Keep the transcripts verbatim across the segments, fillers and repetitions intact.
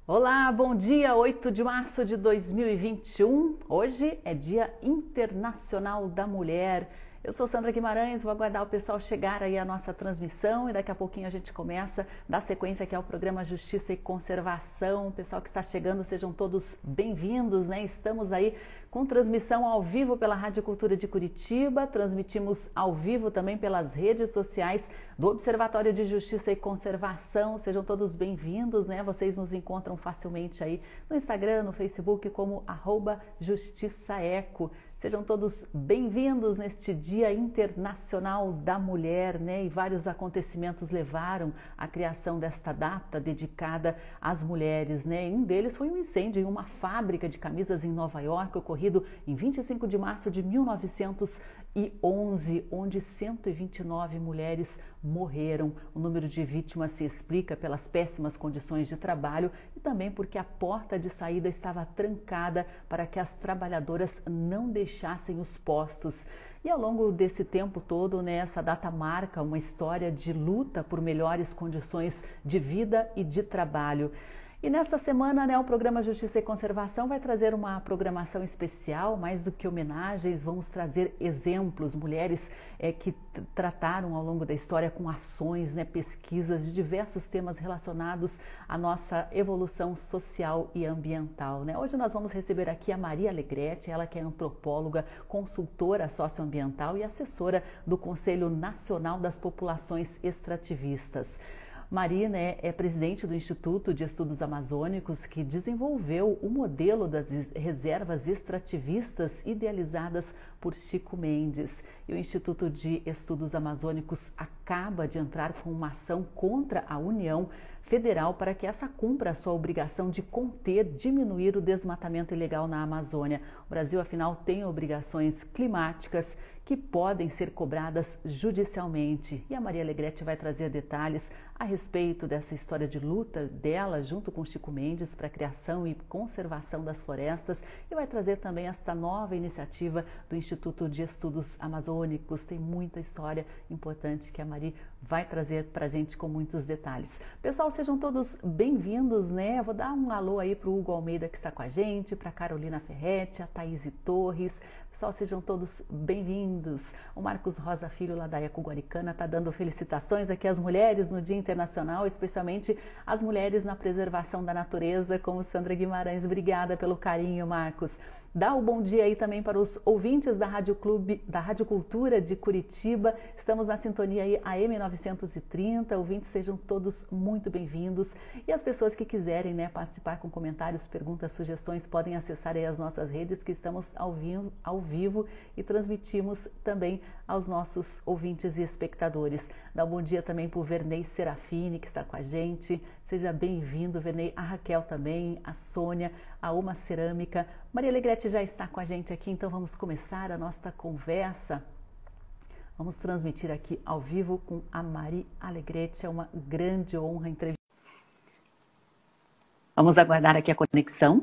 Olá, bom dia, oito de março de dois mil e vinte e um. Hoje é Dia Internacional da Mulher. Eu sou Sandra Guimarães, vou aguardar o pessoal chegar aí à nossa transmissão e daqui a pouquinho a gente começa, dá sequência aqui ao programa Justiça e Conservação. O pessoal que está chegando, sejam todos bem-vindos, né? Estamos aí com transmissão ao vivo pela Rádio Cultura de Curitiba, transmitimos ao vivo também pelas redes sociais do Observatório de Justiça e Conservação. Sejam todos bem-vindos, né? Vocês nos encontram facilmente aí no Instagram, no Facebook como arroba justiçaeco. Sejam todos bem-vindos neste Dia Internacional da Mulher, né? E vários acontecimentos levaram à criação desta data dedicada às mulheres, né? E um deles foi um incêndio em uma fábrica de camisas em Nova York, ocorrido em vinte e cinco de março de mil novecentos e onze, onde cento e vinte e nove mulheres morreram. O número de vítimas se explica pelas péssimas condições de trabalho e também porque a porta de saída estava trancada para que as trabalhadoras não deixassem os postos. E ao longo desse tempo todo, né, essa data marca uma história de luta por melhores condições de vida e de trabalho. E nesta semana, né, o programa Justiça e Conservação vai trazer uma programação especial, mais do que homenagens, vamos trazer exemplos, mulheres é, que trataram ao longo da história com ações, né, pesquisas de diversos temas relacionados à nossa evolução social e ambiental, né? Hoje nós vamos receber aqui a Maria Alegrete, ela que é antropóloga, consultora socioambiental e assessora do Conselho Nacional das Populações Extrativistas. Maria, né, é presidente do Instituto de Estudos Amazônicos, que desenvolveu o modelo das reservas extrativistas idealizadas por Chico Mendes. E o Instituto de Estudos Amazônicos acaba de entrar com uma ação contra a União Federal para que essa cumpra a sua obrigação de conter, diminuir o desmatamento ilegal na Amazônia. O Brasil, afinal, tem obrigações climáticas que podem ser cobradas judicialmente. E a Maria Alegrete vai trazer detalhes a respeito dessa história de luta dela junto com Chico Mendes para a criação e conservação das florestas e vai trazer também esta nova iniciativa do Instituto de Estudos Amazônicos. Tem muita história importante que a Maria vai trazer para a gente com muitos detalhes. Pessoal, sejam todos bem-vindos, né? Eu vou dar um alô aí para o Hugo Almeida que está com a gente, para a Carolina Ferretti, a Thaís Torres. Pessoal, sejam todos bem-vindos. O Marcos Rosa Filho, lá da Eco Guaricana, está dando felicitações aqui às mulheres no Dia Internacional, especialmente as mulheres na preservação da natureza, como Sandra Guimarães. Obrigada pelo carinho, Marcos. Dá o bom dia aí também para os ouvintes da Rádio Clube, da Rádio Cultura de Curitiba. Estamos na sintonia aí A M novecentos e trinta. Ouvintes, sejam todos muito bem-vindos. E as pessoas que quiserem, né, participar com comentários, perguntas, sugestões, podem acessar aí as nossas redes que estamos ao vivo, ao vivo e transmitimos também aos nossos ouvintes e espectadores. Dá um bom dia também para o Vernei Serafini, que está com a gente. Seja bem-vindo, Vernei. A Raquel também, a Sônia, a Uma Cerâmica. Maria Alegrete já está com a gente aqui, então vamos começar a nossa conversa. Vamos transmitir aqui ao vivo com a Maria Alegrete. É uma grande honra entrevistar. Vamos aguardar aqui a conexão.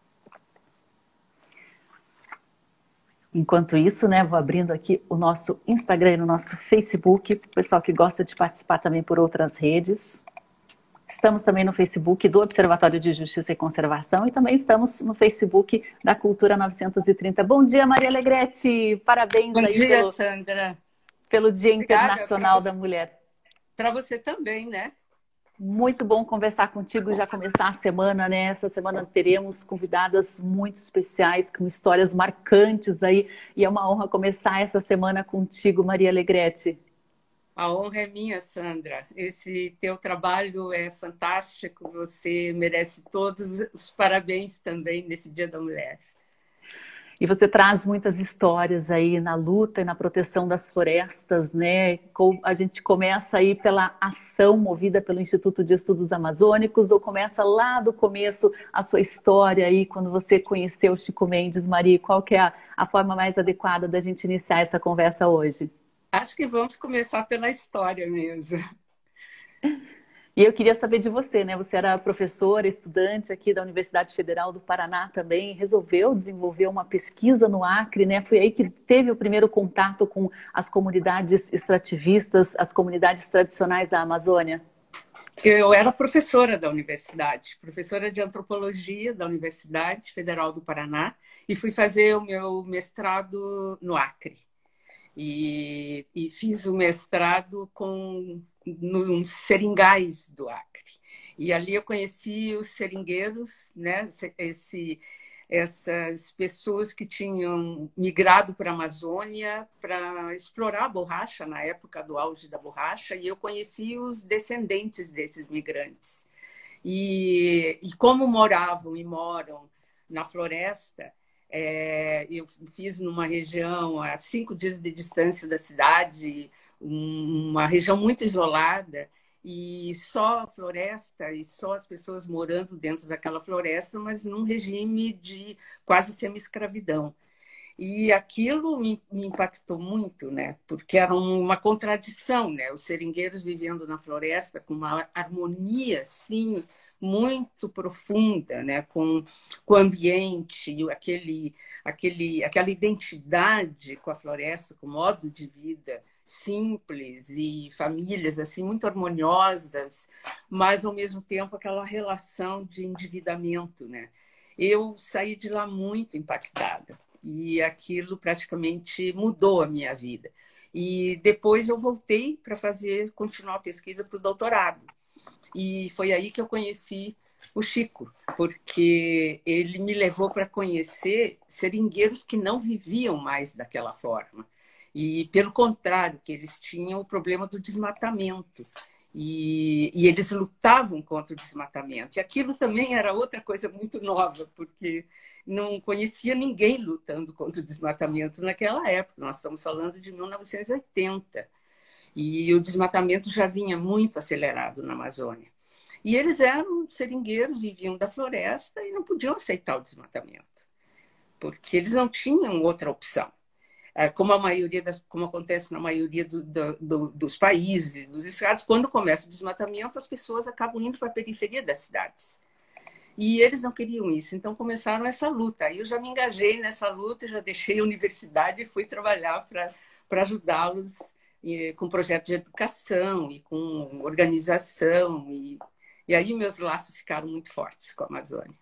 Enquanto isso, né, vou abrindo aqui o nosso Instagram e o nosso Facebook, para o pessoal que gosta de participar também por outras redes. Estamos também no Facebook do Observatório de Justiça e Conservação e também estamos no Facebook da Cultura novecentos e trinta. Bom dia, Maria Alegrete! Parabéns Bom aí dia, pelo, Sandra. pelo Dia Obrigada, Internacional você, da Mulher. Para você também, né? Muito bom conversar contigo e já começar a semana, né? Essa semana teremos convidadas muito especiais, com histórias marcantes aí. E é uma honra começar essa semana contigo, Maria Alegrete. A honra é minha, Sandra. Esse teu trabalho é fantástico. Você merece todos os parabéns também nesse Dia da Mulher. E você traz muitas histórias aí na luta e na proteção das florestas, né? A gente começa aí pela ação movida pelo Instituto de Estudos Amazônicos ou começa lá do começo a sua história aí, quando você conheceu Chico Mendes, Maria? Qual que é a, a forma mais adequada da gente iniciar essa conversa hoje? Acho que vamos começar pela história mesmo. E eu queria saber de você, né? Você era professora, estudante aqui da Universidade Federal do Paraná também, resolveu desenvolver uma pesquisa no Acre, né? Foi aí que teve o primeiro contato com as comunidades extrativistas, as comunidades tradicionais da Amazônia? Eu era professora da universidade, professora de antropologia da Universidade Federal do Paraná, e fui fazer o meu mestrado no Acre. E, e fiz o mestrado com, nos seringais do Acre. E ali eu conheci os seringueiros, né? Esse, essas pessoas que tinham migrado para a Amazônia para explorar a borracha, na época do auge da borracha, e eu conheci os descendentes desses migrantes. E, e como moravam e moram na floresta, é, eu fiz numa região a cinco dias de distância da cidade, uma região muito isolada, e só a floresta e só as pessoas morando dentro daquela floresta, mas num regime de quase semi-escravidão. E aquilo me, me impactou muito, né? Porque era uma contradição, né? Os seringueiros vivendo na floresta com uma harmonia assim, muito profunda, né? com, com o ambiente, aquele, aquele, aquela identidade com a floresta, com o modo de vida simples e famílias assim muito harmoniosas, mas ao mesmo tempo aquela relação de endividamento, né? Eu saí de lá muito impactada. E aquilo praticamente mudou a minha vida. E depois eu voltei para fazer, continuar a pesquisa para o doutorado. E foi aí que eu conheci o Chico, porque ele me levou para conhecer seringueiros que não viviam mais daquela forma. E, pelo contrário, que eles tinham o problema do desmatamento. E, e eles lutavam contra o desmatamento. E aquilo também era outra coisa muito nova, porque não conhecia ninguém lutando contra o desmatamento naquela época. Nós estamos falando de mil novecentos e oitenta. E o desmatamento já vinha muito acelerado na Amazônia. E eles eram seringueiros, viviam da floresta e não podiam aceitar o desmatamento, porque eles não tinham outra opção. Como a maioria das, como acontece na maioria do, do, do, dos países, dos estados, quando começa o desmatamento, as pessoas acabam indo para a periferia das cidades. E eles não queriam isso, então começaram essa luta. Aí eu já me engajei nessa luta, já deixei a universidade e fui trabalhar para para ajudá-los com projetos de educação e com organização. E, e aí meus laços ficaram muito fortes com a Amazônia.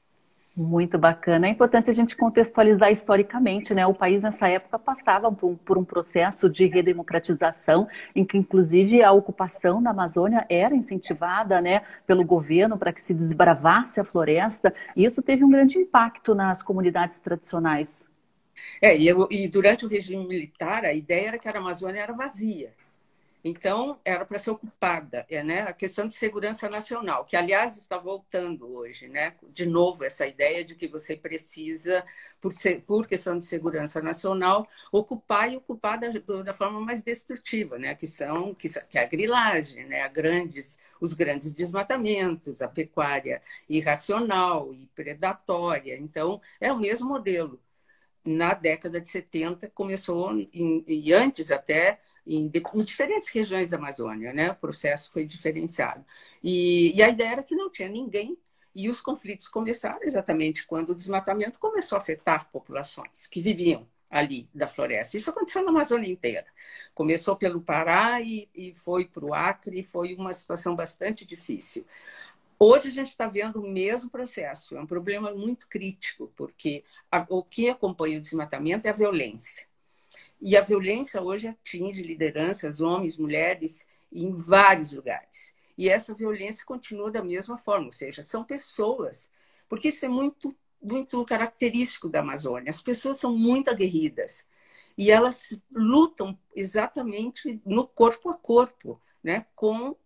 Muito bacana. É importante a gente contextualizar historicamente, né? O país nessa época passava por, por um processo de redemocratização, em que inclusive a ocupação da Amazônia era incentivada, né, pelo governo para que se desbravasse a floresta, e isso teve um grande impacto nas comunidades tradicionais. É, e, eu, e durante o regime militar, a ideia era que a Amazônia era vazia. Então, era para ser ocupada, é, né? A questão de segurança nacional, que, aliás, está voltando hoje, né? De novo, essa ideia de que você precisa, por, ser, por questão de segurança nacional, ocupar e ocupar da, da forma mais destrutiva, né? Que são que, que é a grilagem, né? A grandes, os grandes desmatamentos, a pecuária irracional e predatória. Então, é o mesmo modelo. Na década de setenta, começou, em, e antes até, Em, em diferentes regiões da Amazônia, né? O processo foi diferenciado. E, e a ideia era que não tinha ninguém, e os conflitos começaram exatamente quando o desmatamento começou a afetar populações que viviam ali da floresta. Isso aconteceu na Amazônia inteira. Começou pelo Pará e, e foi para o Acre, e foi uma situação bastante difícil. Hoje a gente está vendo o mesmo processo. É um problema muito crítico, porque a, o que acompanha o desmatamento é a violência. E a violência hoje atinge lideranças, homens, mulheres, em vários lugares. E essa violência continua da mesma forma, ou seja, são pessoas. Porque isso é muito, muito característico da Amazônia. As pessoas são muito aguerridas. E elas lutam exatamente no corpo a corpo, né? Com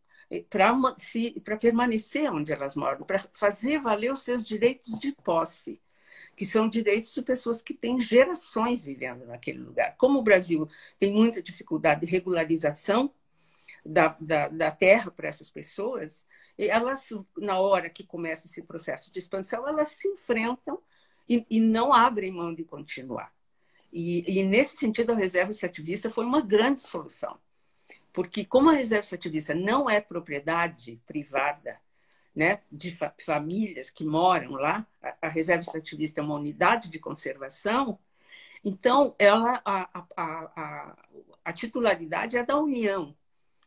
para permanecer onde elas moram, para fazer valer os seus direitos de posse, que são direitos de pessoas que têm gerações vivendo naquele lugar. Como o Brasil tem muita dificuldade de regularização da, da, da terra para essas pessoas, elas, na hora que começa esse processo de expansão, elas se enfrentam e, e não abrem mão de continuar. E, e, nesse sentido, a reserva extrativista foi uma grande solução. Porque, como a reserva extrativista não é propriedade privada, né, de fa famílias que moram lá, a, a reserva extrativista é uma unidade de conservação, então ela, a, a, a, a titularidade é da União.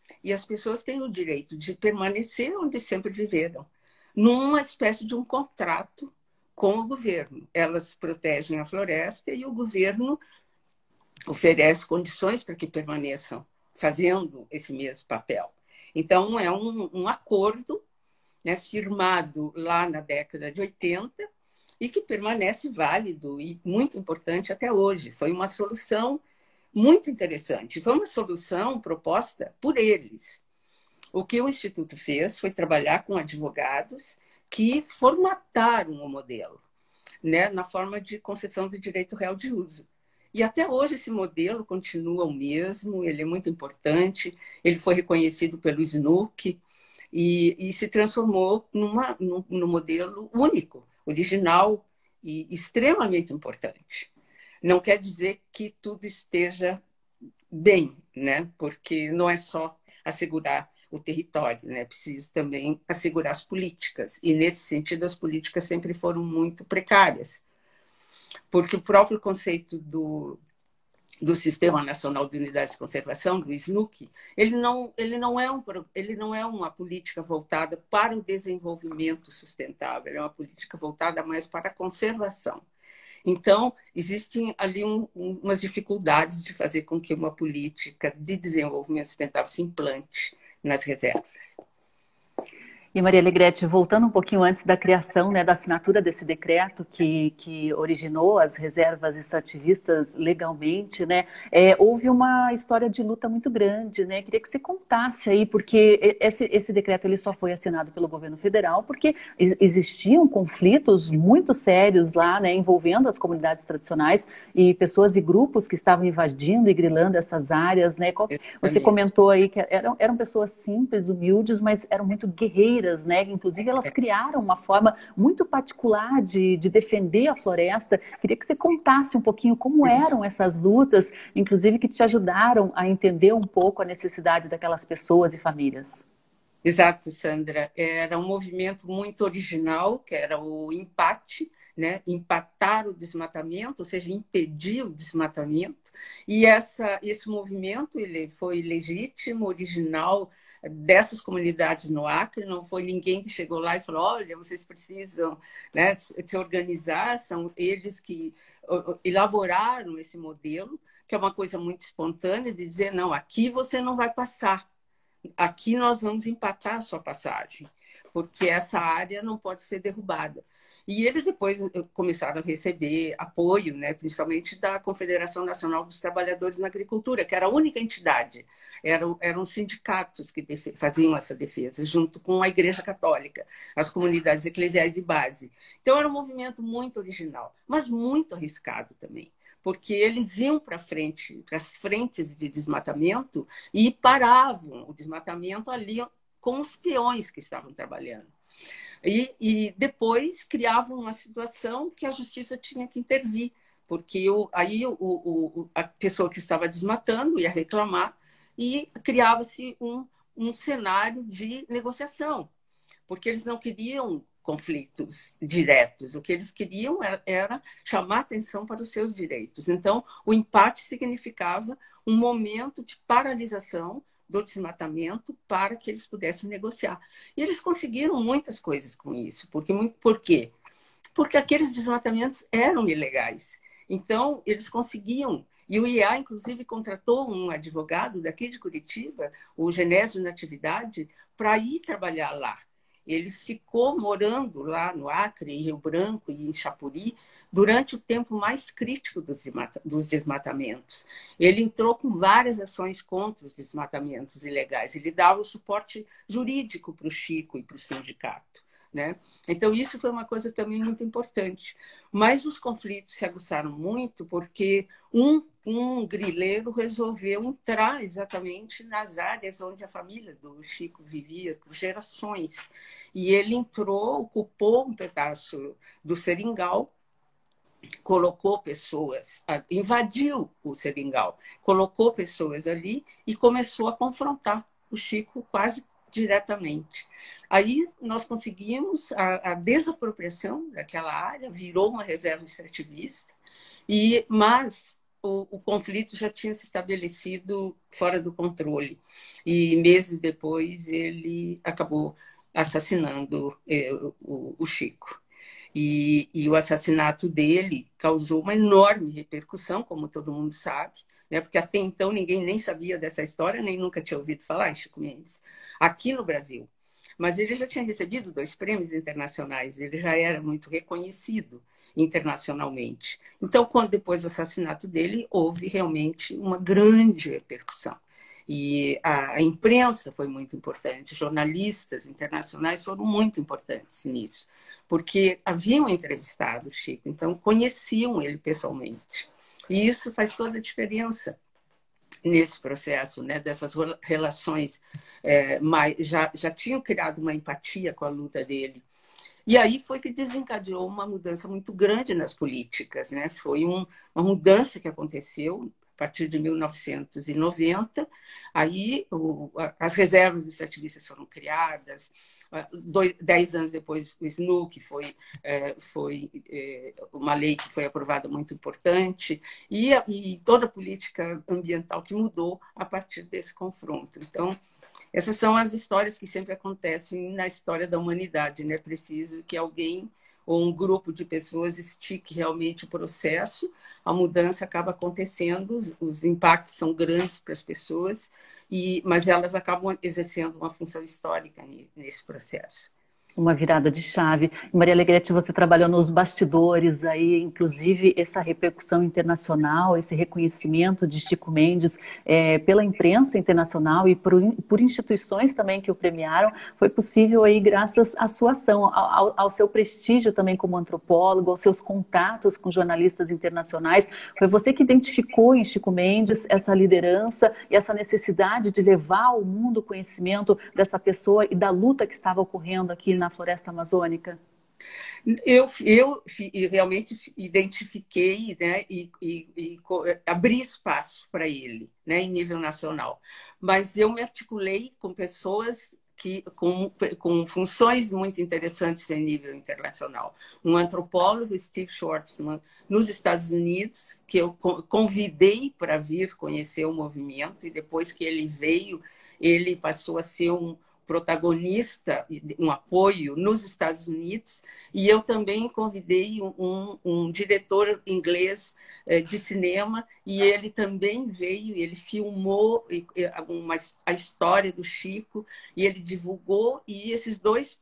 e as pessoas têm o direito de permanecer onde sempre viveram, numa espécie de um contrato com o governo. Elas protegem a floresta e o governo oferece condições para que permaneçam fazendo esse mesmo papel. Então, é um, um acordo, né, firmado lá na década de oitenta e que permanece válido e muito importante até hoje. Foi uma solução muito interessante. Foi uma solução proposta por eles. O que o Instituto fez foi trabalhar com advogados que formataram o modelo, né, na forma de concessão do direito real de uso. E até hoje esse modelo continua o mesmo, ele é muito importante, ele foi reconhecido pelo S N U C e, e se transformou numa, num, num modelo único, original e extremamente importante. Não quer dizer que tudo esteja bem, né? Porque não é só assegurar o território, né? Precisa também assegurar as políticas. E, nesse sentido, as políticas sempre foram muito precárias. Porque o próprio conceito do, do Sistema Nacional de Unidades de Conservação, do S N U C, ele não, ele, não é um, ele não é uma política voltada para o desenvolvimento sustentável, é uma política voltada mais para a conservação. Então, existem ali um, um, umas dificuldades de fazer com que uma política de desenvolvimento sustentável se implante nas reservas. E Maria Alegrete, voltando um pouquinho antes da criação, né, da assinatura desse decreto que, que originou as reservas extrativistas legalmente, né, é, houve uma história de luta muito grande, né? Queria que você contasse aí, porque esse, esse decreto ele só foi assinado pelo governo federal porque existiam conflitos muito sérios lá, né, envolvendo as comunidades tradicionais e pessoas e grupos que estavam invadindo e grilando essas áreas, né? Você comentou aí que eram, eram pessoas simples, humildes, mas eram muito guerreiras, né? Inclusive, elas criaram uma forma muito particular de, de defender a floresta. Queria que você contasse um pouquinho como eram essas lutas, inclusive que te ajudaram a entender um pouco a necessidade daquelas pessoas e famílias. Exato, Sandra. Era um movimento muito original, que era o empate, né? Empatar o desmatamento, ou seja, impedir o desmatamento. E essa, esse movimento ele foi legítimo, original dessas comunidades no Acre. Não foi ninguém que chegou lá e falou: olha, vocês precisam, né, se organizar. São eles que elaboraram esse modelo, que é uma coisa muito espontânea, de dizer: não, aqui você não vai passar. Aqui nós vamos empatar a sua passagem, porque essa área não pode ser derrubada. E eles depois começaram a receber apoio, né, principalmente da Confederação Nacional dos Trabalhadores na Agricultura, que era a única entidade. Eram, eram sindicatos que faziam essa defesa, junto com a Igreja Católica, as comunidades eclesiais de base. Então, era um movimento muito original, mas muito arriscado também, porque eles iam para frente, para as frentes de desmatamento e paravam o desmatamento ali com os peões que estavam trabalhando. E, e depois criavam uma situação que a justiça tinha que intervir, porque o, aí o, o, a pessoa que estava desmatando ia reclamar e criava-se um, um cenário de negociação, porque eles não queriam conflitos diretos, o que eles queriam era, era chamar atenção para os seus direitos. Então, o empate significava um momento de paralisação do desmatamento para que eles pudessem negociar. E eles conseguiram muitas coisas com isso. Porque, por quê? Porque aqueles desmatamentos eram ilegais. Então, eles conseguiam. E o I E A, inclusive, contratou um advogado daqui de Curitiba, o Genésio Natividade, para ir trabalhar lá. Ele ficou morando lá no Acre, em Rio Branco e em Chapuri, durante o tempo mais crítico dos desmatamentos. Ele entrou com várias ações contra os desmatamentos ilegais. Ele dava o suporte jurídico para o Chico e para o sindicato, né? Então, isso foi uma coisa também muito importante. Mas os conflitos se aguçaram muito porque um, um grileiro resolveu entrar exatamente nas áreas onde a família do Chico vivia por gerações. E ele entrou, ocupou um pedaço do seringal, colocou pessoas, invadiu o seringal, colocou pessoas ali e começou a confrontar o Chico quase diretamente. Aí nós conseguimos a, a desapropriação daquela área, virou uma reserva extrativista, e, mas o, o conflito já tinha se estabelecido fora do controle. E meses depois ele acabou assassinando eh, o, o Chico. E, e o assassinato dele causou uma enorme repercussão, como todo mundo sabe, né? Porque até então ninguém nem sabia dessa história, nem nunca tinha ouvido falar em Chico Mendes, aqui no Brasil. Mas ele já tinha recebido dois prêmios internacionais, ele já era muito reconhecido internacionalmente. Então, quando depois do assassinato dele, houve realmente uma grande repercussão. E a, a imprensa foi muito importante, jornalistas internacionais foram muito importantes nisso, porque haviam entrevistado o Chico, então conheciam ele pessoalmente. E isso faz toda a diferença nesse processo, né, dessas relações, é, mais, já, já tinham criado uma empatia com a luta dele. E aí foi que desencadeou uma mudança muito grande nas políticas, né? Foi um, uma mudança que aconteceu a partir de mil novecentos e noventa. Aí o, as reservas extrativistas foram criadas. Dois, dez anos depois, o S N U, que foi, é, foi é, uma lei que foi aprovada muito importante, e, e toda a política ambiental que mudou a partir desse confronto. Então, essas são as histórias que sempre acontecem na história da humanidade, né? É preciso que alguém ou um grupo de pessoas estique realmente o processo, a mudança acaba acontecendo, os, os impactos são grandes para as pessoas, e, mas elas acabam exercendo uma função histórica nesse processo. Uma virada de chave. Maria Alegrete, você trabalhou nos bastidores aí, inclusive essa repercussão internacional, esse reconhecimento de Chico Mendes é, pela imprensa internacional e por, por instituições também que o premiaram, foi possível aí graças à sua ação, ao, ao seu prestígio também como antropólogo, aos seus contatos com jornalistas internacionais. Foi você que identificou em Chico Mendes essa liderança e essa necessidade de levar ao mundo o conhecimento dessa pessoa e da luta que estava ocorrendo aqui na floresta amazônica? Eu, eu realmente identifiquei, né, e, e, e abri espaço para ele, né, em nível nacional. Mas eu me articulei com pessoas que, com, com funções muito interessantes em nível internacional. Um antropólogo, Steve Schwarzman, nos Estados Unidos, que eu convidei para vir conhecer o movimento, e depois que ele veio, ele passou a ser um protagonista, um apoio nos Estados Unidos, e eu também convidei um, um diretor inglês de cinema, e ele também veio, ele filmou uma, a história do Chico, e ele divulgou, e esses dois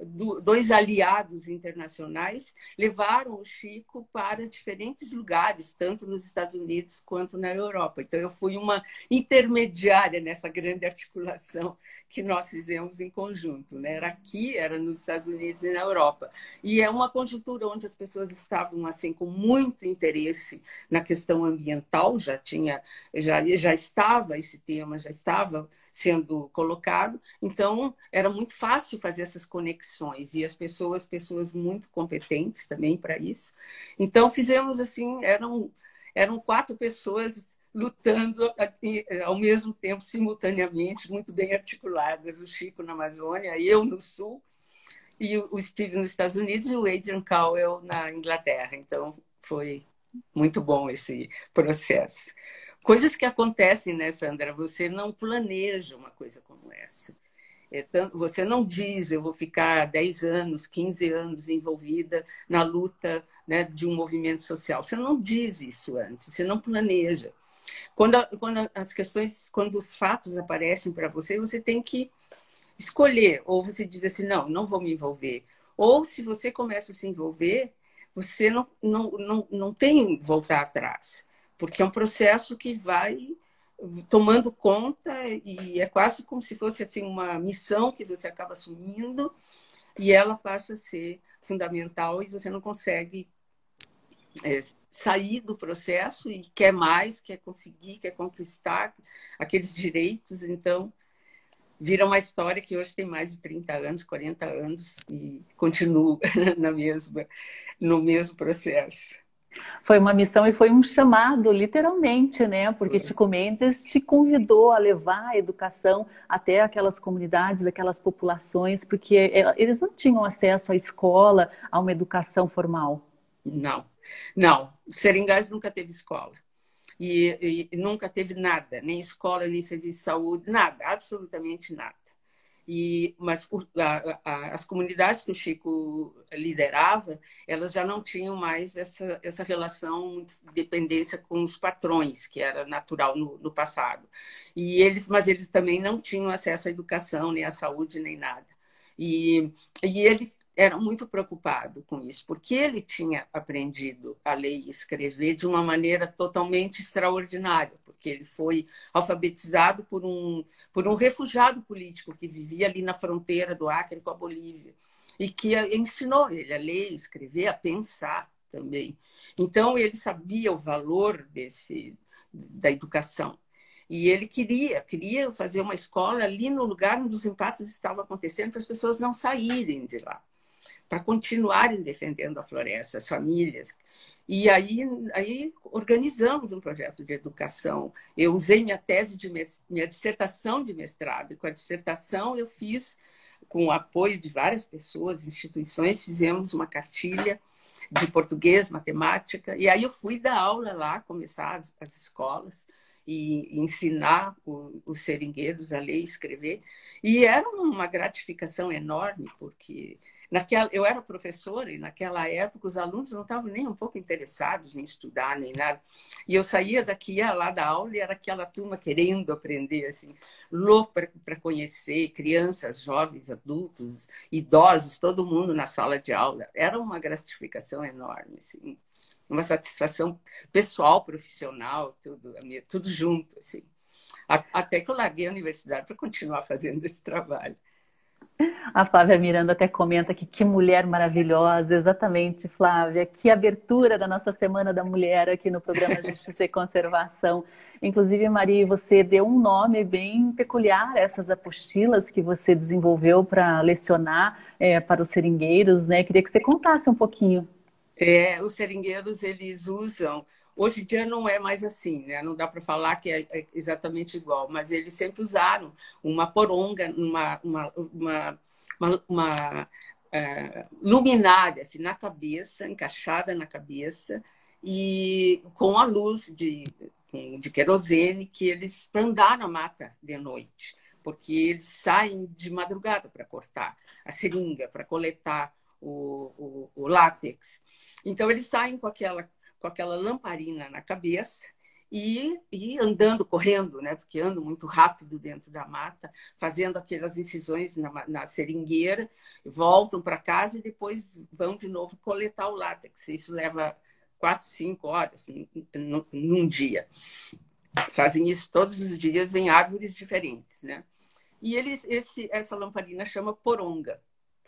dois aliados internacionais levaram o Chico para diferentes lugares, tanto nos Estados Unidos quanto na Europa. Então, eu fui uma intermediária nessa grande articulação que nós fizemos em conjunto, né? Era aqui, era nos Estados Unidos e na Europa. E é uma conjuntura onde as pessoas estavam assim com muito interesse na questão ambiental, já tinha, já, já estava esse tema, já estava sendo colocado, então era muito fácil fazer essas conexões, e as pessoas, pessoas muito competentes também para isso. Então fizemos assim, eram, eram quatro pessoas lutando ao mesmo tempo, simultaneamente, muito bem articuladas, o Chico na Amazônia, eu no Sul, e o Steve nos Estados Unidos e o Adrian Cowell na Inglaterra. Então foi muito bom esse processo. Coisas que acontecem, né, Sandra? Você não planeja uma coisa como essa. É tanto, você não diz, eu vou ficar dez anos, quinze anos envolvida na luta, né, de um movimento social. Você não diz isso antes, você não planeja. Quando, a, quando as questões, quando os fatos aparecem para você, você tem que escolher. Ou você diz assim, não, não vou me envolver. Ou se você começa a se envolver, você não, não, não, não tem voltar atrás. Porque é um processo que vai tomando conta e é quase como se fosse assim, uma missão que você acaba assumindo e ela passa a ser fundamental e você não consegue é, sair do processo e quer mais, quer conseguir, quer conquistar aqueles direitos. Então, vira uma história que hoje tem mais de trinta anos, quarenta anos e continua na mesma, no mesmo processo. Foi uma missão e foi um chamado, literalmente, né? Porque Chico Mendes te convidou a levar a educação até aquelas comunidades, aquelas populações, porque eles não tinham acesso à escola, a uma educação formal. Não, não. Seringás nunca teve escola. E, e nunca teve nada, nem escola, nem serviço de saúde, nada, absolutamente nada. E, mas a, a, as comunidades que o Chico liderava, elas já não tinham mais essa, essa relação de dependência com os patrões, que era natural no, no passado. E eles, mas eles também não tinham acesso à educação, nem à saúde, nem nada. E, e ele era muito preocupado com isso, porque ele tinha aprendido a ler e escrever de uma maneira totalmente extraordinária, porque ele foi alfabetizado por um, por um refugiado político que vivia ali na fronteira do Acre com a Bolívia, e que ensinou ele a ler, escrever, a pensar também. Então, ele sabia o valor desse, da educação. E ele queria, queria fazer uma escola ali no lugar onde os empates estavam acontecendo, para as pessoas não saírem de lá, para continuarem defendendo a floresta, as famílias. E aí, aí organizamos um projeto de educação. Eu usei minha tese, de minha dissertação de mestrado, e com a dissertação eu fiz, com o apoio de várias pessoas, instituições, fizemos uma cartilha de português, matemática, e aí eu fui dar aula lá, começar as, as escolas, e ensinar os seringueiros a ler e escrever. E era uma gratificação enorme, porque naquela, eu era professora e naquela época os alunos não estavam nem um pouco interessados em estudar, nem nada. E eu saía daqui, ia lá da aula, e era aquela turma querendo aprender, assim, louca para conhecer, crianças, jovens, adultos, idosos, todo mundo na sala de aula. Era uma gratificação enorme, assim. Uma satisfação pessoal, profissional, tudo, tudo junto, assim. Até que eu larguei a universidade para continuar fazendo esse trabalho. A Flávia Miranda até comenta que que mulher maravilhosa, exatamente, Flávia, que abertura da nossa Semana da Mulher aqui no programa Justiça e Conservação. Inclusive, Maria, você deu um nome bem peculiar a essas apostilas que você desenvolveu para lecionar é, para os seringueiros, né? Queria que você contasse um pouquinho. É, os seringueiros, eles usam... Hoje em dia não é mais assim, né? Não dá para falar que é exatamente igual, mas eles sempre usaram uma poronga, uma, uma, uma, uma, uma é, luminária assim, na cabeça, encaixada na cabeça, e com a luz de, de querosene, que eles para andar na mata de noite, porque eles saem de madrugada para cortar a seringa, para coletar o, o, o látex. Então, eles saem com aquela, com aquela lamparina na cabeça e, e andando, correndo, né? Porque andam muito rápido dentro da mata, fazendo aquelas incisões na, na seringueira, voltam para casa e depois vão de novo coletar o látex. Isso leva quatro, cinco horas num, num dia. Fazem isso todos os dias em árvores diferentes, né? E eles, esse, essa lamparina chama poronga.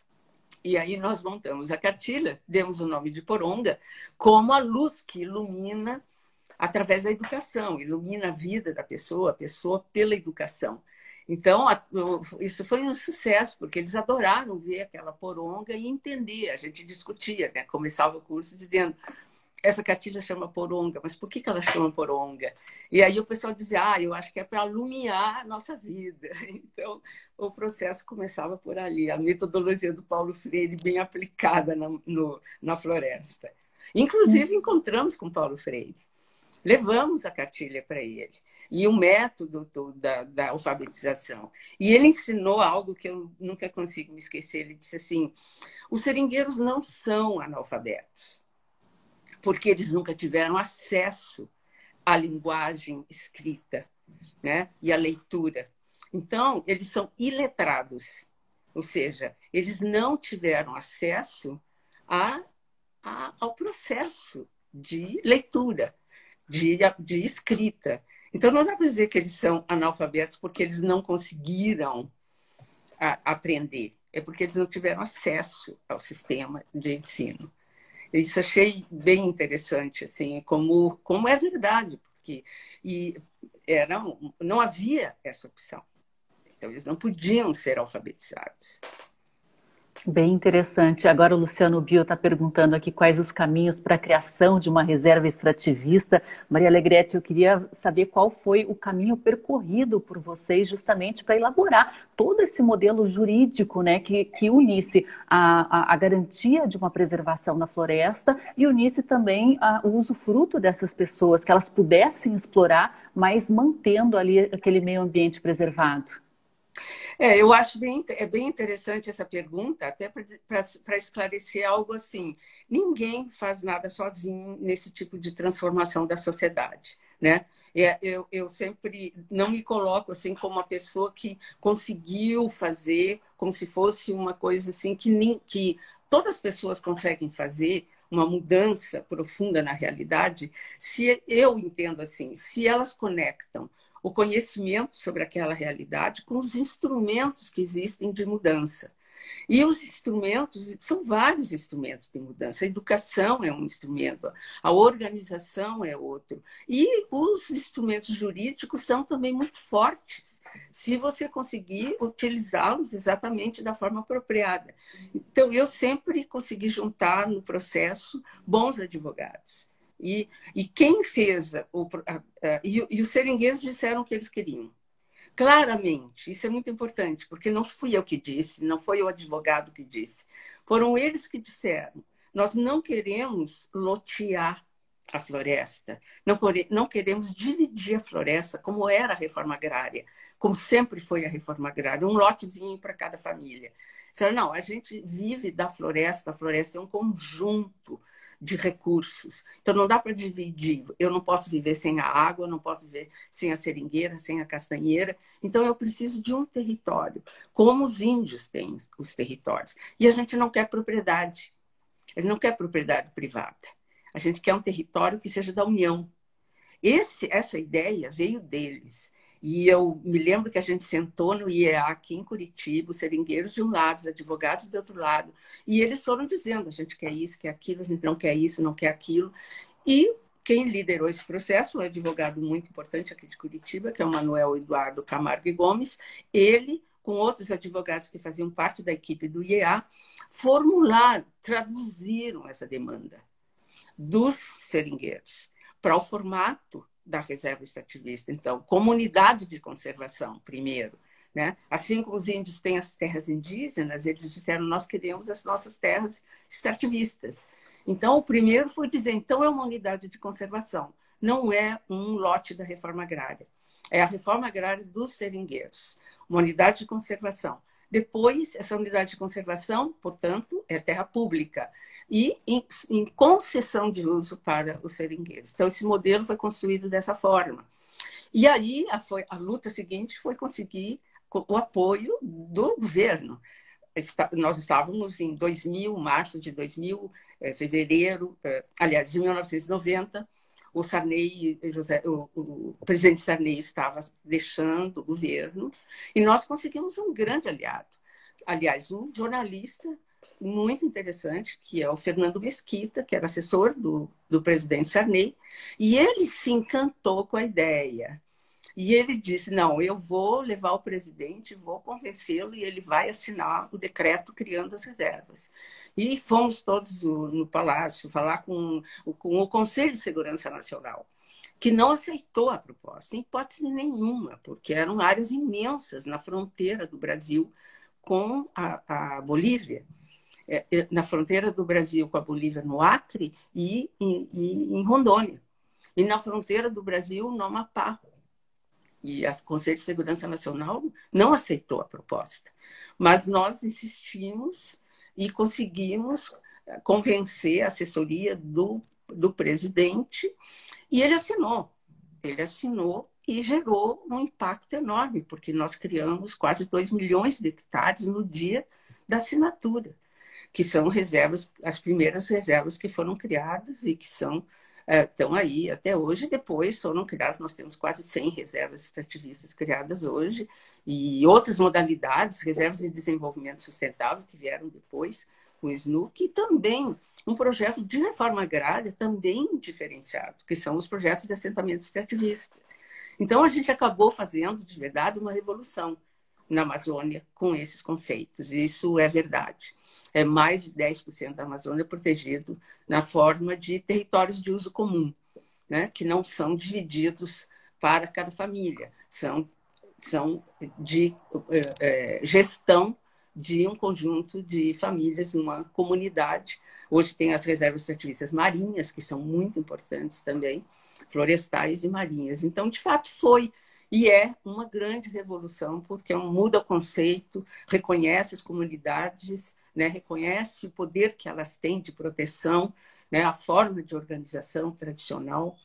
E aí nós montamos a cartilha, demos o nome de poronga, como a luz que ilumina através da educação, ilumina a vida da pessoa, a pessoa pela educação. Então, isso foi um sucesso, porque eles adoraram ver aquela poronga e entender. A gente discutia, né? Começava o curso dizendo... Essa cartilha chama poronga, mas por que ela chama poronga? E aí o pessoal dizia, ah, eu acho que é para alumiar a nossa vida. Então, o processo começava por ali, a metodologia do Paulo Freire bem aplicada na, no, na floresta. Inclusive, encontramos com Paulo Freire, levamos a cartilha para ele, e o método do, da, da alfabetização. E ele ensinou algo que eu nunca consigo me esquecer. Ele disse assim, os seringueiros não são analfabetos, porque eles nunca tiveram acesso à linguagem escrita, né? E à leitura. Então, eles são iletrados, ou seja, eles não tiveram acesso a, a, ao processo de leitura, de, de escrita. Então, não dá para dizer que eles são analfabetos porque eles não conseguiram a, aprender, é porque eles não tiveram acesso ao sistema de ensino. Isso achei bem interessante, assim, como, como é verdade, porque e era, não havia essa opção. Então, eles não podiam ser alfabetizados. Bem interessante. Agora o Luciano Bio está perguntando aqui quais os caminhos para a criação de uma reserva extrativista. Maria Alegrete, eu queria saber qual foi o caminho percorrido por vocês justamente para elaborar todo esse modelo jurídico, né, que, que unisse a, a, a garantia de uma preservação na floresta e unisse também a, o usufruto dessas pessoas, que elas pudessem explorar, mas mantendo ali aquele meio ambiente preservado. É, eu acho bem, é bem interessante essa pergunta, até para esclarecer algo assim. Ninguém faz nada sozinho nesse tipo de transformação da sociedade, né? É, eu, eu sempre não me coloco assim como uma pessoa que conseguiu fazer, como se fosse uma coisa assim que, nem, que todas as pessoas conseguem fazer uma mudança profunda na realidade, se eu entendo assim, se elas conectam o conhecimento sobre aquela realidade com os instrumentos que existem de mudança. E os instrumentos, são vários instrumentos de mudança. A educação é um instrumento, a organização é outro. E os instrumentos jurídicos são também muito fortes, se você conseguir utilizá-los exatamente da forma apropriada. Então, eu sempre consegui juntar no processo bons advogados. E, e quem fez o, a, a, e, e os seringueiros disseram o que eles queriam. Claramente, isso é muito importante, porque não fui eu que disse, não foi o advogado que disse. Foram eles que disseram: nós não queremos lotear a floresta, não, não queremos dividir a floresta como era a reforma agrária, como sempre foi a reforma agrária, um lotezinho para cada família. Disseram: não, a gente vive da floresta, a floresta é um conjunto de recursos. Então, não dá para dividir. Eu não posso viver sem a água, não posso viver sem a seringueira, sem a castanheira. Então, eu preciso de um território, como os índios têm os territórios. E a gente não quer propriedade. A gente não quer propriedade privada. A gente quer um território que seja da União. Esse, essa ideia veio deles. E eu me lembro que a gente sentou no I E A aqui em Curitiba, os seringueiros de um lado, os advogados do outro lado, e eles foram dizendo: a gente quer isso, quer aquilo, a gente não quer isso, não quer aquilo. E quem liderou esse processo, um advogado muito importante aqui de Curitiba, que é o Manuel Eduardo Camargo e Gomes, ele, com outros advogados que faziam parte da equipe do I E A, formularam, traduziram essa demanda dos seringueiros para o formato da reserva extrativista. Então, comunidade de conservação, primeiro. Né? Assim como os índios têm as terras indígenas, eles disseram: nós queremos as nossas terras extrativistas. Então, o primeiro foi dizer: então é uma unidade de conservação, não é um lote da reforma agrária. É a reforma agrária dos seringueiros, uma unidade de conservação. Depois, essa unidade de conservação, portanto, é terra pública e em, em concessão de uso para os seringueiros. Então, esse modelo foi construído dessa forma. E aí, a, foi, a luta seguinte foi conseguir o apoio do governo. Está, nós estávamos em dois mil, março de dois mil, eh, fevereiro, eh, aliás, de mil novecentos e noventa, o Sarney, José, o, o, o presidente Sarney estava deixando o governo e nós conseguimos um grande aliado. Aliás, um jornalista muito interessante, que é o Fernando Mesquita, que era assessor do, do presidente Sarney, e ele se encantou com a ideia. E ele disse: não, eu vou levar o presidente, vou convencê-lo e ele vai assinar o decreto criando as reservas. E fomos todos no Palácio falar com, com o Conselho de Segurança Nacional, que não aceitou a proposta, em hipótese nenhuma, porque eram áreas imensas na fronteira do Brasil com a, a Bolívia. Na fronteira do Brasil com a Bolívia, no Acre, e, e, e em Rondônia. E na fronteira do Brasil, no Amapá. E o Conselho de Segurança Nacional não aceitou a proposta. Mas nós insistimos e conseguimos convencer a assessoria do, do presidente, e ele assinou. Ele assinou e gerou um impacto enorme, porque nós criamos quase dois milhões de hectares no dia da assinatura, que são reservas, as primeiras reservas que foram criadas e que são, é, estão aí até hoje. Depois foram criadas, nós temos quase cem reservas extrativistas criadas hoje, e outras modalidades, reservas de desenvolvimento sustentável, que vieram depois, com o S N U C, e também um projeto de reforma agrária também diferenciado, que são os projetos de assentamento extrativista. Então, a gente acabou fazendo, de verdade, uma revolução na Amazônia com esses conceitos. Isso é verdade. É mais de dez por cento da Amazônia protegido na forma de territórios de uso comum, né? Que não são divididos para cada família, são, são de é, gestão de um conjunto de famílias numa comunidade. Hoje tem as reservas extrativistas marinhas, que são muito importantes também, florestais e marinhas. Então, de fato, foi e é uma grande revolução, porque muda o conceito, reconhece as comunidades, né, reconhece o poder que elas têm de proteção, né, a forma de organização tradicional,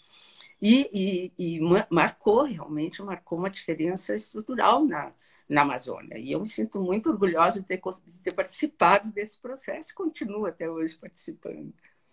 e, e, e marcou, realmente, marcou uma diferença estrutural na, na Amazônia. E eu me sinto muito orgulhosa de ter, de ter participado desse processo e continuo até hoje participando.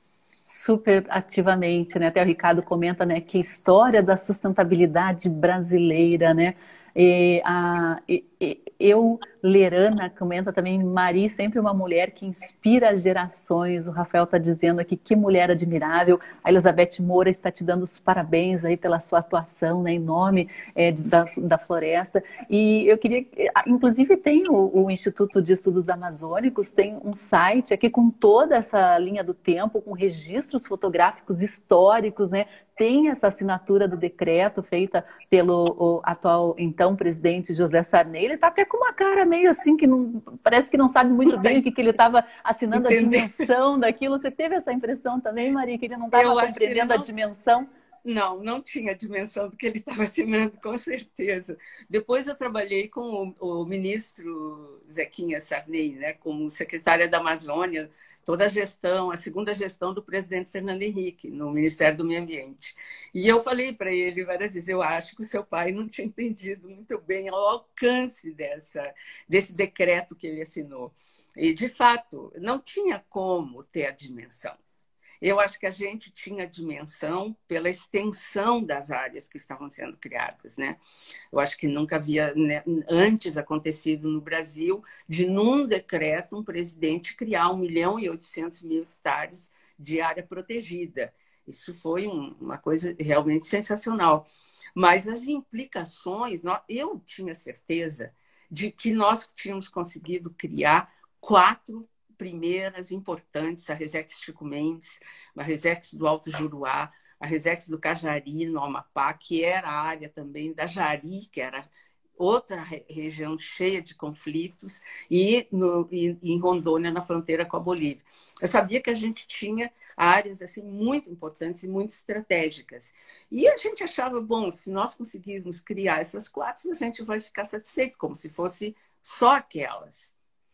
Super ativamente, né? Até o Ricardo comenta, né, que a história da sustentabilidade brasileira, né? E, a, e, e, eu, Lerana, comenta também, Mari, sempre uma mulher que inspira gerações. O Rafael está dizendo aqui, que mulher admirável. A Elizabeth Moura está te dando os parabéns aí pela sua atuação, né, em nome é, da, da floresta. E eu queria, inclusive tem o, o Instituto de Estudos Amazônicos, tem um site aqui com toda essa linha do tempo, com registros fotográficos históricos, né? Tem essa assinatura do decreto feita pelo atual, então, presidente José Sarney. Ele está até com uma cara meio assim, que não, parece que não sabe muito bem o que, que ele estava assinando, Entendi. A dimensão daquilo. Você teve essa impressão também, Maria, que ele não estava compreendendo não... a dimensão? Não, não tinha a dimensão do que ele estava assinando, com certeza. Depois eu trabalhei com o, o ministro Zequinha Sarney, né, como secretária da Amazônia, toda a gestão, a segunda gestão do presidente Fernando Henrique, no Ministério do Meio Ambiente. E eu falei para ele várias vezes, eu acho que o seu pai não tinha entendido muito bem o alcance dessa, desse decreto que ele assinou. E, de fato, não tinha como ter a dimensão. Eu acho que a gente tinha dimensão pela extensão das áreas que estavam sendo criadas, né? Eu acho que nunca havia, né, antes acontecido no Brasil de, num decreto, um presidente criar um milhão e oitocentos mil hectares de área protegida. Isso foi um, uma coisa realmente sensacional. Mas as implicações, eu tinha certeza de que nós tínhamos conseguido criar quatro primeiras importantes, a Resex Chico Mendes, a Resex do Alto Juruá, a Resex do Cajari, no Amapá, que era a área também da Jari, que era outra região cheia de conflitos, e, no, e em Rondônia, na fronteira com a Bolívia. Eu sabia que a gente tinha áreas assim, muito importantes e muito estratégicas. E a gente achava, bom, se nós conseguirmos criar essas quatro, a gente vai ficar satisfeito, como se fosse só aquelas.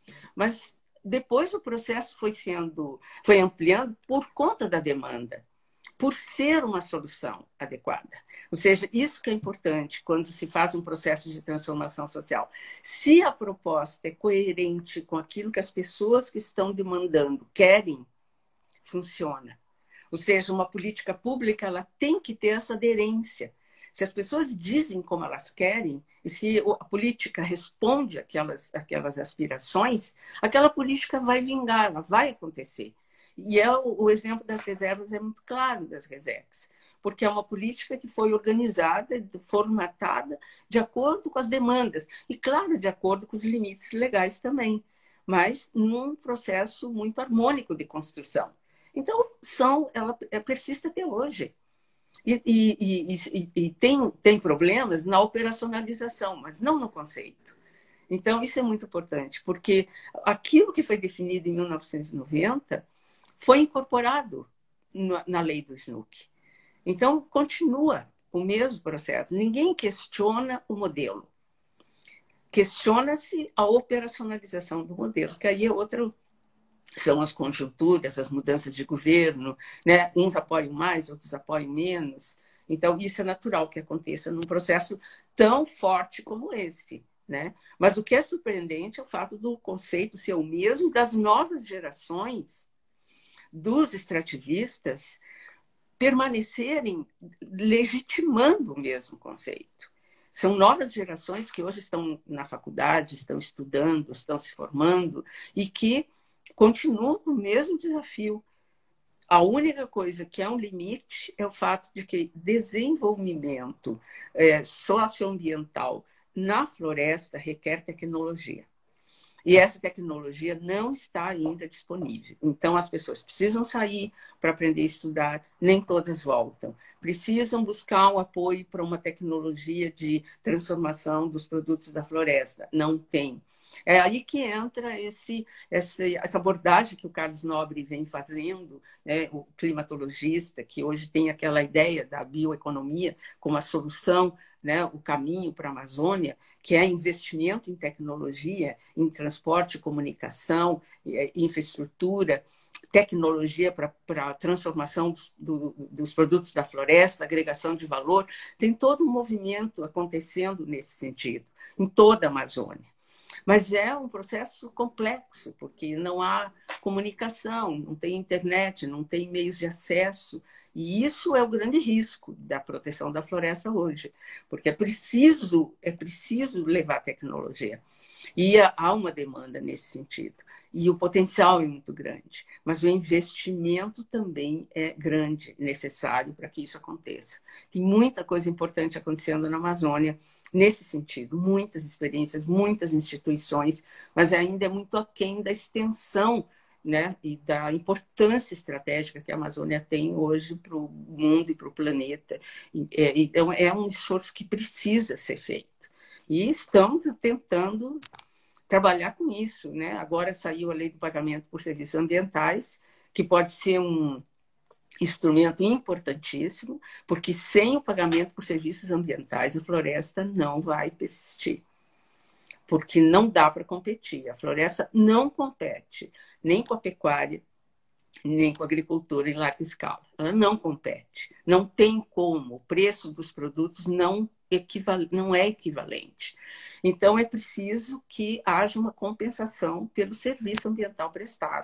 Mas depois o processo foi sendo, foi ampliando por conta da demanda, por ser uma solução adequada. Ou seja, isso que é importante quando se faz um processo de transformação social. Se a proposta é coerente com aquilo que as pessoas que estão demandando querem, funciona. Ou seja, uma política pública ela tem que ter essa aderência. Se as pessoas dizem como elas querem, e se a política responde àquelas, àquelas aspirações, aquela política vai vingar, ela vai acontecer. E é o, o exemplo das reservas é muito claro das Resex, porque é uma política que foi organizada, formatada de acordo com as demandas, e, claro, de acordo com os limites legais também, mas num processo muito harmônico de construção. Então, são, ela persiste até hoje. E, e, e, e tem, tem problemas na operacionalização, mas não no conceito. Então, isso é muito importante, porque aquilo que foi definido em mil novecentos e noventa foi incorporado na lei do S N U C. Então, continua o mesmo processo. Ninguém questiona o modelo. Questiona-se a operacionalização do modelo, que aí é outro... São as conjunturas, as mudanças de governo, né? Uns apoiam mais, outros apoiam menos. Então, isso é natural que aconteça num processo tão forte como esse, né? Mas o que é surpreendente é o fato do conceito ser o mesmo das novas gerações, dos extrativistas, permanecerem legitimando o mesmo conceito. São novas gerações que hoje estão na faculdade, estão estudando, estão se formando e que continua com o mesmo desafio. A única coisa que é um limite é o fato de que desenvolvimento é, socioambiental na floresta requer tecnologia. E essa tecnologia não está ainda disponível. Então, as pessoas precisam sair para aprender a estudar, nem todas voltam. Precisam buscar um apoio para uma tecnologia de transformação dos produtos da floresta. Não tem. É aí que entra esse, essa, essa abordagem que o Carlos Nobre vem fazendo, né, o climatologista, que hoje tem aquela ideia da bioeconomia como a solução, né, o caminho para a Amazônia, que é investimento em tecnologia, em transporte, comunicação, infraestrutura, tecnologia para a transformação dos, do, dos produtos da floresta, agregação de valor. Tem todo um movimento acontecendo nesse sentido, em toda a Amazônia. Mas é um processo complexo, porque não há comunicação, não tem internet, não tem meios de acesso. E isso é o grande risco da proteção da floresta hoje, porque é preciso, é preciso levar tecnologia. E há uma demanda nesse sentido. E o potencial é muito grande. Mas o investimento também é grande, necessário para que isso aconteça. Tem muita coisa importante acontecendo na Amazônia nesse sentido. Muitas experiências, muitas instituições, mas ainda é muito aquém da extensão, né, e da importância estratégica que a Amazônia tem hoje para o mundo e para o planeta. Então, é um esforço que precisa ser feito. E estamos tentando trabalhar com isso, né? Agora saiu a lei do pagamento por serviços ambientais, que pode ser um instrumento importantíssimo, porque sem o pagamento por serviços ambientais, a floresta não vai persistir, porque não dá para competir. A floresta não compete nem com a pecuária, nem com a agricultura em larga escala. Ela não compete. Não tem como. O preço dos produtos não, equival... não é equivalente. Então, é preciso que haja uma compensação pelo serviço ambiental prestado.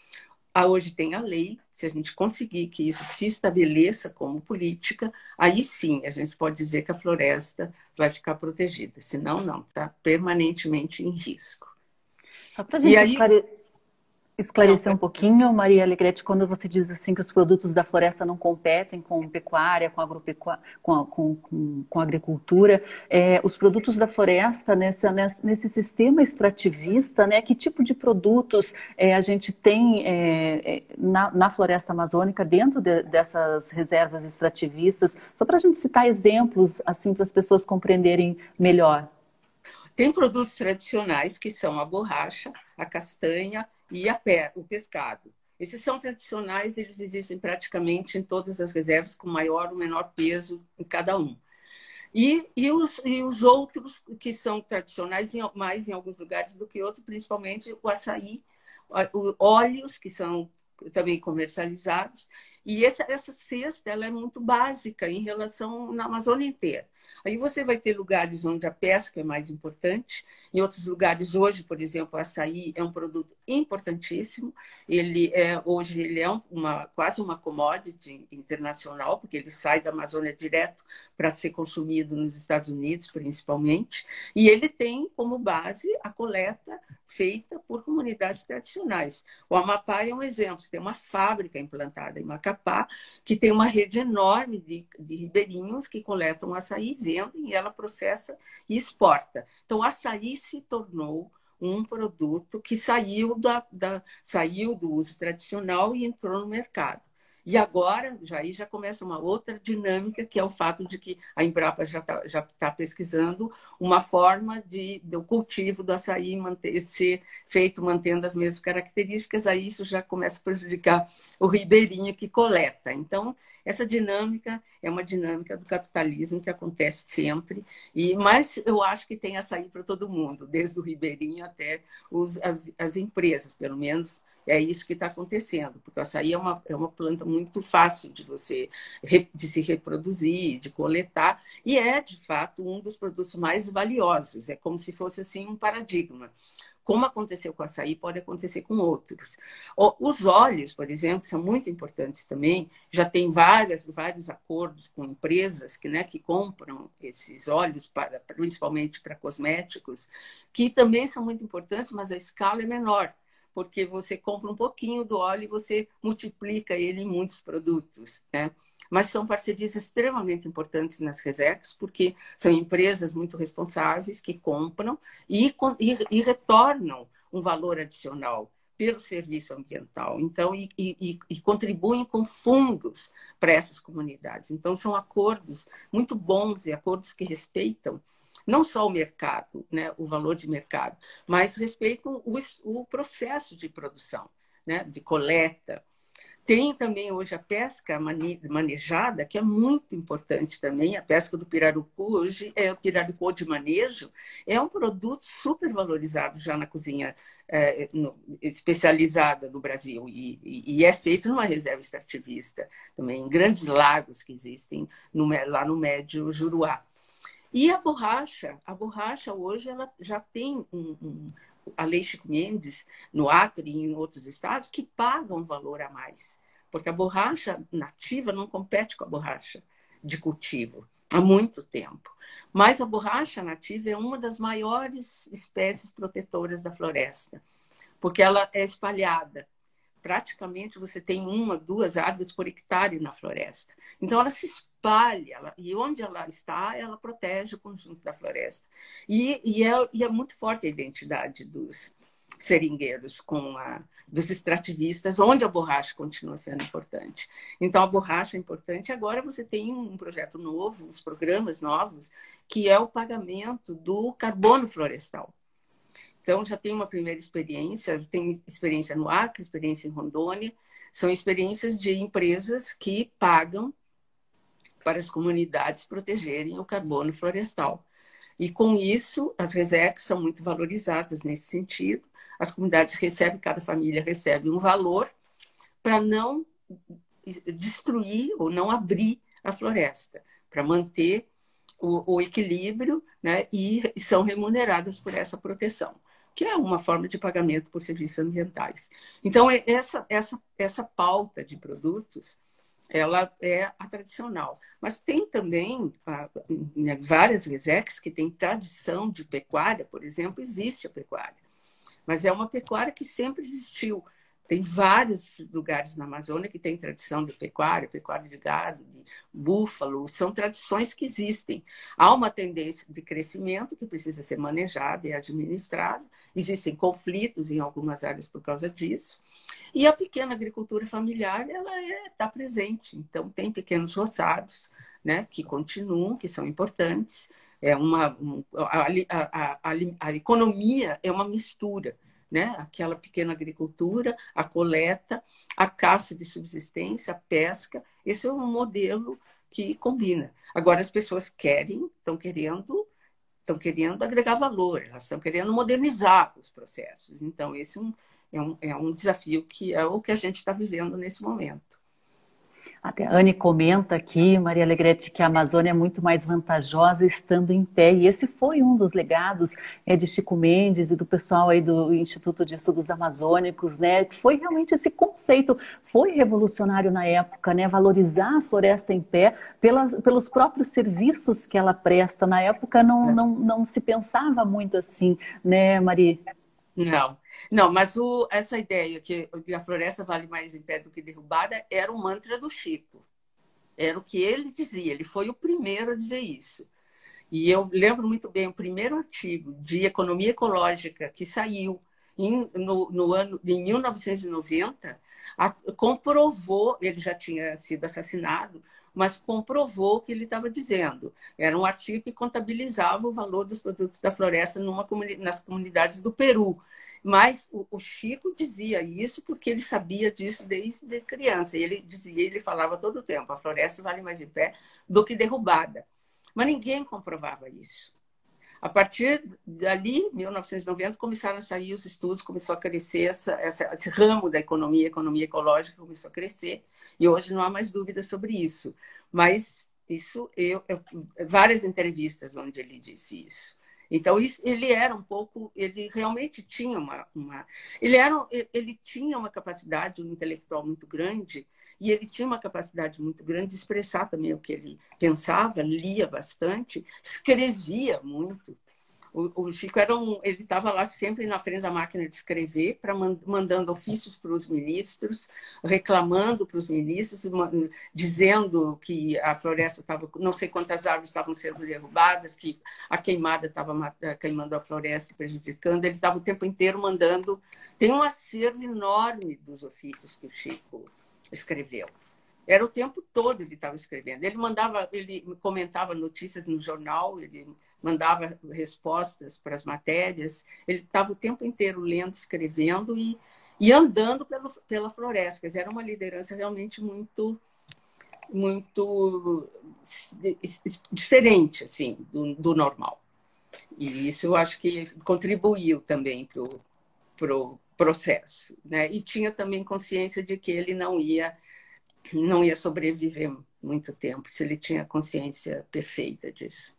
Hoje tem a lei, se a gente conseguir que isso se estabeleça como política, aí sim a gente pode dizer que a floresta vai ficar protegida. Senão, não, está permanentemente em risco. Só para a gente aí... esclarecer... Esclarecer um pouquinho, Maria Alegrete, quando você diz assim que os produtos da floresta não competem com pecuária, com, agropecuária, com, a, com, com, com agricultura, é, os produtos da floresta nessa, nesse sistema extrativista, né, que tipo de produtos é, a gente tem é, na, na floresta amazônica dentro de, dessas reservas extrativistas? Só para a gente citar exemplos assim para as pessoas compreenderem melhor. Tem produtos tradicionais que são a borracha, a castanha e a pé, o pescado. Esses são tradicionais, eles existem praticamente em todas as reservas, com maior ou menor peso em cada um. E, e, os, e os outros que são tradicionais, mais em alguns lugares do que outros, principalmente o açaí, óleos, que são também comercializados. E essa, essa cesta ela é muito básica em relação na Amazônia inteira. Aí você vai ter lugares onde a pesca é mais importante. Em outros lugares, hoje, por exemplo, o açaí é um produto importantíssimo. Ele é, hoje ele é uma, quase uma commodity internacional, porque ele sai da Amazônia direto para ser consumido nos Estados Unidos, principalmente. E ele tem como base a coleta feita por comunidades tradicionais. O Amapá é um exemplo. Você tem uma fábrica implantada em Macapá, que tem uma rede enorme de, de ribeirinhos que coletam açaí, vendem e ela processa e exporta. Então, o açaí se tornou um produto que saiu, da, da, saiu do uso tradicional e entrou no mercado. E agora, já, aí já começa uma outra dinâmica, que é o fato de que a Embrapa já está já tá pesquisando uma forma de, do cultivo do açaí manter, ser feito mantendo as mesmas características, aí isso já começa a prejudicar o ribeirinho que coleta. Então, essa dinâmica é uma dinâmica do capitalismo que acontece sempre, e, mas eu acho que tem açaí para todo mundo, desde o ribeirinho até os, as, as empresas, pelo menos. É isso que está acontecendo, porque o açaí é uma, é uma planta muito fácil de você de se reproduzir, de coletar, e é, de fato, um dos produtos mais valiosos. É como se fosse assim um paradigma. Como aconteceu com o açaí, pode acontecer com outros. Os óleos, por exemplo, são muito importantes também. Já tem várias, vários acordos com empresas que, né, que compram esses óleos, para, principalmente para cosméticos, que também são muito importantes, mas a escala é menor. porque você compra um pouquinho do óleo e você multiplica ele em muitos produtos, né? Mas são parcerias extremamente importantes nas Resex, porque são empresas muito responsáveis que compram e, e, e retornam um valor adicional pelo serviço ambiental, então, e, e, e contribuem com fundos para essas comunidades. Então, são acordos muito bons e acordos que respeitam não só o mercado, né, o valor de mercado, mas respeitam o, o processo de produção, né, de coleta. Tem também hoje a pesca manejada, que é muito importante também. A pesca do pirarucu, hoje é o pirarucu de manejo, é um produto super valorizado já na cozinha é, no, especializada no Brasil e, e, e é feito numa reserva extrativista também, em grandes lagos que existem no, lá no Médio Juruá. E a borracha, a borracha hoje ela já tem um, um, a Lei Chico Mendes, no Acre e em outros estados, que pagam valor a mais. Porque a borracha nativa não compete com a borracha de cultivo há muito tempo. Mas a borracha nativa é uma das maiores espécies protetoras da floresta, porque ela é espalhada. Praticamente você tem uma, duas árvores por hectare na floresta. Então ela se espalha, ela, e onde ela está, ela protege o conjunto da floresta. E, e, é, e é muito forte a identidade dos seringueiros, com a, dos extrativistas, onde a borracha continua sendo importante. Então, a borracha é importante. Agora você tem um projeto novo, uns programas novos, que é o pagamento do carbono florestal. Então, já tem uma primeira experiência, tem experiência no Acre, experiência em Rondônia, são experiências de empresas que pagam para as comunidades protegerem o carbono florestal. E com isso, as Resex são muito valorizadas nesse sentido. As comunidades recebem, cada família recebe um valor para não destruir ou não abrir a floresta, para manter o, o equilíbrio, né? E são remuneradas por essa proteção, que é uma forma de pagamento por serviços ambientais. Então, essa, essa, essa pauta de produtos, ela é a tradicional. Mas tem também várias Resex que têm tradição de pecuária, por exemplo, existe a pecuária. Mas é uma pecuária que sempre existiu. Tem vários lugares na Amazônia que têm tradição de pecuária, pecuária de gado, de búfalo, são tradições que existem. Há uma tendência de crescimento que precisa ser manejada e administrada, existem conflitos em algumas áreas por causa disso, e a pequena agricultura familiar ela está é, presente, então tem pequenos roçados, né, que continuam, que são importantes, é uma, um, a, a, a, a economia é uma mistura, né? Aquela pequena agricultura, a coleta, a caça de subsistência, a pesca. Esse é um modelo que combina. Agora as pessoas querem, estão querendo, estão querendo agregar valor, elas estão querendo modernizar os processos. Então esse é um, é um, é um desafio que é o que a gente está vivendo nesse momento. Até a Anne comenta aqui, Maria Alegrete, que a Amazônia é muito mais vantajosa estando em pé. E esse foi um dos legados é, de Chico Mendes e do pessoal aí do Instituto de Estudos Amazônicos, né? Foi realmente esse conceito, foi revolucionário na época, né? Valorizar a floresta em pé pelas, pelos próprios serviços que ela presta. Na época não, não, não se pensava muito assim, né, Maria? Não, não, mas o, essa ideia que a floresta vale mais em pé do que derrubada era o mantra do Chico. Era o que ele dizia, ele foi o primeiro a dizer isso. E eu lembro muito bem o primeiro artigo de economia ecológica que saiu em, no, no ano de mil novecentos e noventa, a, comprovou, ele já tinha sido assassinado, mas comprovou o que ele estava dizendo. Era um artigo que contabilizava o valor dos produtos da floresta numa comuni- nas comunidades do Peru. Mas o, o Chico dizia isso porque ele sabia disso desde criança. E ele dizia, ele falava todo o tempo, a floresta vale mais em pé do que derrubada. Mas ninguém comprovava isso. A partir dali, mil novecentos e noventa, começaram a sair os estudos, começou a crescer essa, essa, esse ramo da economia, economia ecológica começou a crescer, e hoje não há mais dúvida sobre isso. Mas isso, eu, eu várias entrevistas onde ele disse isso. Então, isso, ele era um pouco, ele realmente tinha uma, uma ele, era, ele tinha uma capacidade intelectual muito grande, e ele tinha uma capacidade muito grande de expressar também o que ele pensava, lia bastante, escrevia muito. O, o Chico era um, ele estava lá sempre na frente da máquina de escrever, para mandando ofícios para os ministros, reclamando para os ministros, dizendo que a floresta estava, não sei quantas árvores estavam sendo derrubadas, que a queimada estava queimando a floresta, prejudicando. Ele estava o tempo inteiro mandando. Tem um acervo enorme dos ofícios que o Chico escreveu. Era o tempo todo ele estava escrevendo. Ele mandava, ele comentava notícias no jornal, ele mandava respostas para as matérias. Ele estava o tempo inteiro lendo, escrevendo e, e andando pelo, pela floresta. Quer dizer, era uma liderança realmente muito, muito diferente assim, do, do normal. E isso eu acho que contribuiu também para o pro processo, né? E tinha também consciência de que ele não ia não ia sobreviver muito tempo, se ele tinha consciência perfeita disso.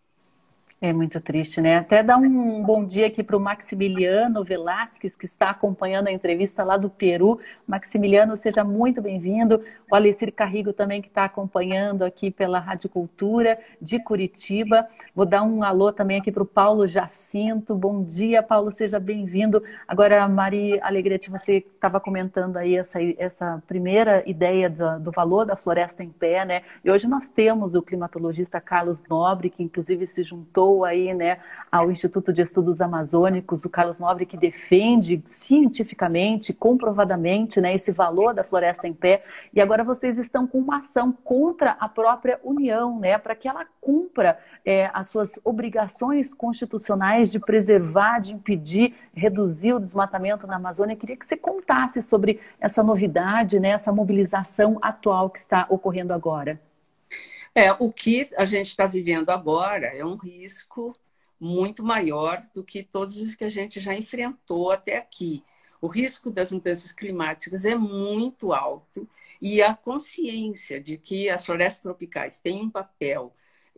É muito triste, né? Até dar um bom dia aqui para o Maximiliano Velasquez, que está acompanhando a entrevista lá do Peru. Maximiliano, seja muito bem-vindo. O Alecir Carrigo também, que está acompanhando aqui pela Rádio Cultura de Curitiba. Vou dar um alô também aqui para o Paulo Jacinto. Bom dia, Paulo, seja bem-vindo. Agora, Mari Alegrete, você estava comentando aí essa, essa primeira ideia do, do valor da floresta em pé, né? E hoje nós temos o climatologista Carlos Nobre, que inclusive se juntou aí, né, ao Instituto de Estudos Amazônicos, o Carlos Nobre, que defende cientificamente, comprovadamente, né, esse valor da floresta em pé. E agora vocês estão com uma ação contra a própria União, né, para que ela cumpra é, as suas obrigações constitucionais de preservar, de impedir, reduzir o desmatamento na Amazônia. Eu queria que você contasse sobre essa novidade, né, essa mobilização atual que está ocorrendo agora. É, o que a gente está vivendo agora é um risco muito maior do que todos os que a gente já enfrentou até aqui. O risco das mudanças climáticas é muito alto e a consciência de que as florestas tropicais têm um papel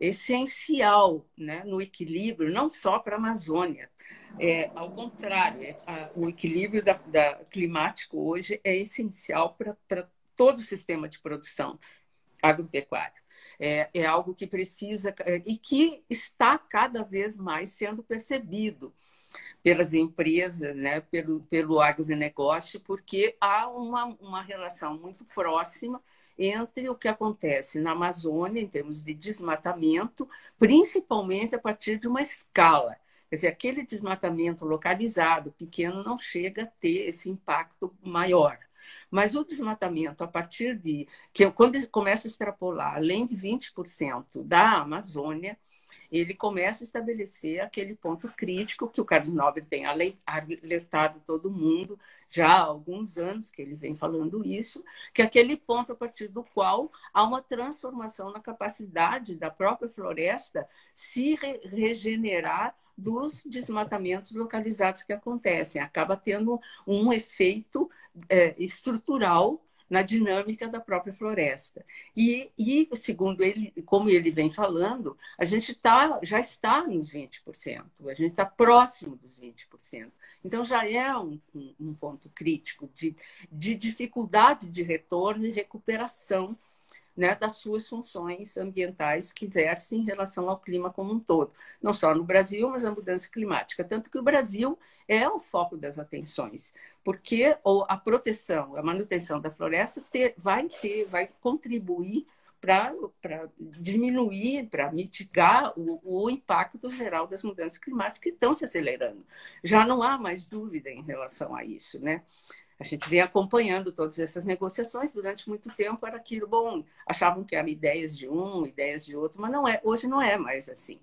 essencial, né, no equilíbrio, não só para a Amazônia. É, ao contrário, é, a, o equilíbrio da, da, climático hoje é essencial para todo o sistema de produção agropecuário. É, é algo que precisa e que está cada vez mais sendo percebido pelas empresas, né, pelo, pelo agronegócio, porque há uma, uma relação muito próxima entre o que acontece na Amazônia, em termos de desmatamento, principalmente a partir de uma escala. Quer dizer, aquele desmatamento localizado, pequeno, não chega a ter esse impacto maior. Mas o desmatamento, a partir de... que quando ele começa a extrapolar além de vinte por cento da Amazônia, ele começa a estabelecer aquele ponto crítico que o Carlos Nobre tem alertado todo mundo já há alguns anos que ele vem falando isso, que é aquele ponto a partir do qual há uma transformação na capacidade da própria floresta se re regenerar dos desmatamentos localizados que acontecem. Acaba tendo um efeito é, estrutural na dinâmica da própria floresta. E, e, segundo ele, como ele vem falando, a gente tá, já está nos vinte por cento, a gente está próximo dos vinte por cento. Então, já é um, um, um ponto crítico de, de dificuldade de retorno e recuperação, né, das suas funções ambientais que exercem em relação ao clima como um todo. Não só no Brasil, mas na mudança climática. Tanto que o Brasil é o foco das atenções, porque a proteção, a manutenção da floresta ter, vai, ter, vai contribuir para diminuir, para mitigar o, o impacto geral das mudanças climáticas que estão se acelerando. Já não há mais dúvida em relação a isso, né? A gente vem acompanhando todas essas negociações durante muito tempo, era aquilo, bom, achavam que eram ideias de um, ideias de outro, mas não é, hoje não é mais assim.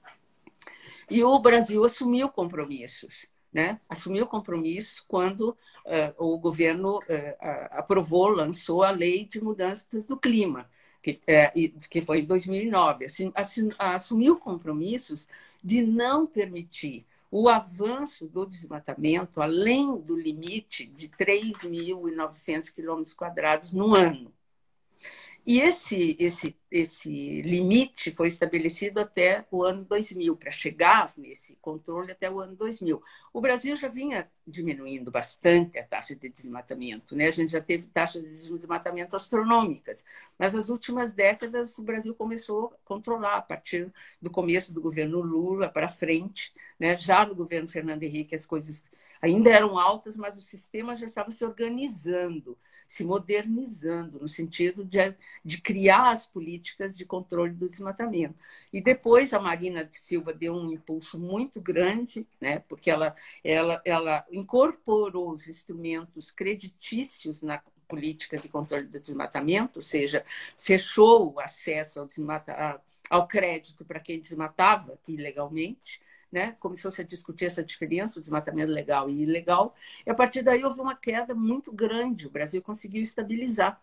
E o Brasil assumiu compromissos, né? Assumiu compromissos quando uh, o governo uh, aprovou, lançou a Lei de Mudanças do Clima, que, uh, que foi em dois mil e nove. Assim, assumiu compromissos de não permitir o avanço do desmatamento além do limite de três mil e novecentos quilômetros quadrados no ano. E esse, esse esse limite foi estabelecido até o ano dois mil, para chegar nesse controle até o ano dois mil. O Brasil já vinha diminuindo bastante a taxa de desmatamento, né? A gente já teve taxas de desmatamento astronômicas, mas nas últimas décadas o Brasil começou a controlar, a partir do começo do governo Lula para frente, né? Já no governo Fernando Henrique as coisas ainda eram altas, mas o sistema já estava se organizando, se modernizando, no sentido de, de criar as políticas de controle do desmatamento. E depois a Marina Silva deu um impulso muito grande, né, porque ela, ela, ela incorporou os instrumentos creditícios na política de controle do desmatamento, ou seja, fechou o acesso ao, desmata, ao crédito para quem desmatava ilegalmente, né? Começou-se a discutir essa diferença, o desmatamento legal e ilegal, e a partir daí houve uma queda muito grande. O Brasil conseguiu estabilizar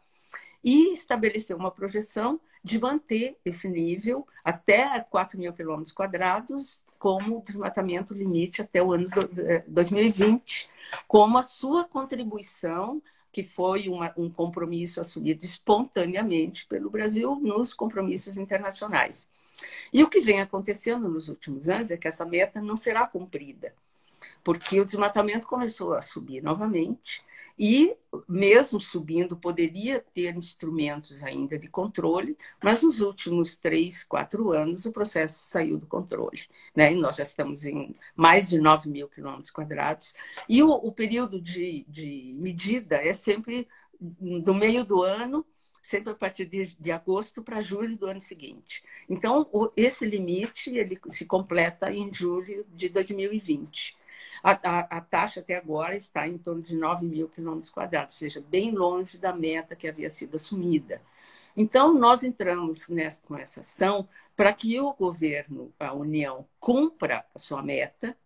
e estabeleceu uma projeção de manter esse nível até quatro mil quilômetros quadrados como desmatamento limite até o ano dois mil e vinte, como a sua contribuição, que foi uma, um compromisso assumido espontaneamente pelo Brasil nos compromissos internacionais. E o que vem acontecendo nos últimos anos é que essa meta não será cumprida, porque o desmatamento começou a subir novamente e, mesmo subindo, poderia ter instrumentos ainda de controle, mas nos últimos três, quatro anos o processo saiu do controle, né? E nós já estamos em mais de nove mil quilômetros quadrados e o, o período de, de medida é sempre do meio do ano, sempre a partir de, de agosto para julho do ano seguinte. Então, o, esse limite ele se completa em julho de dois mil e vinte. A, a, a taxa até agora está em torno de nove mil quilômetros quadrados, ou seja, bem longe da meta que havia sido assumida. Então, nós entramos nessa, com essa ação para que o governo, a União, cumpra a sua meta,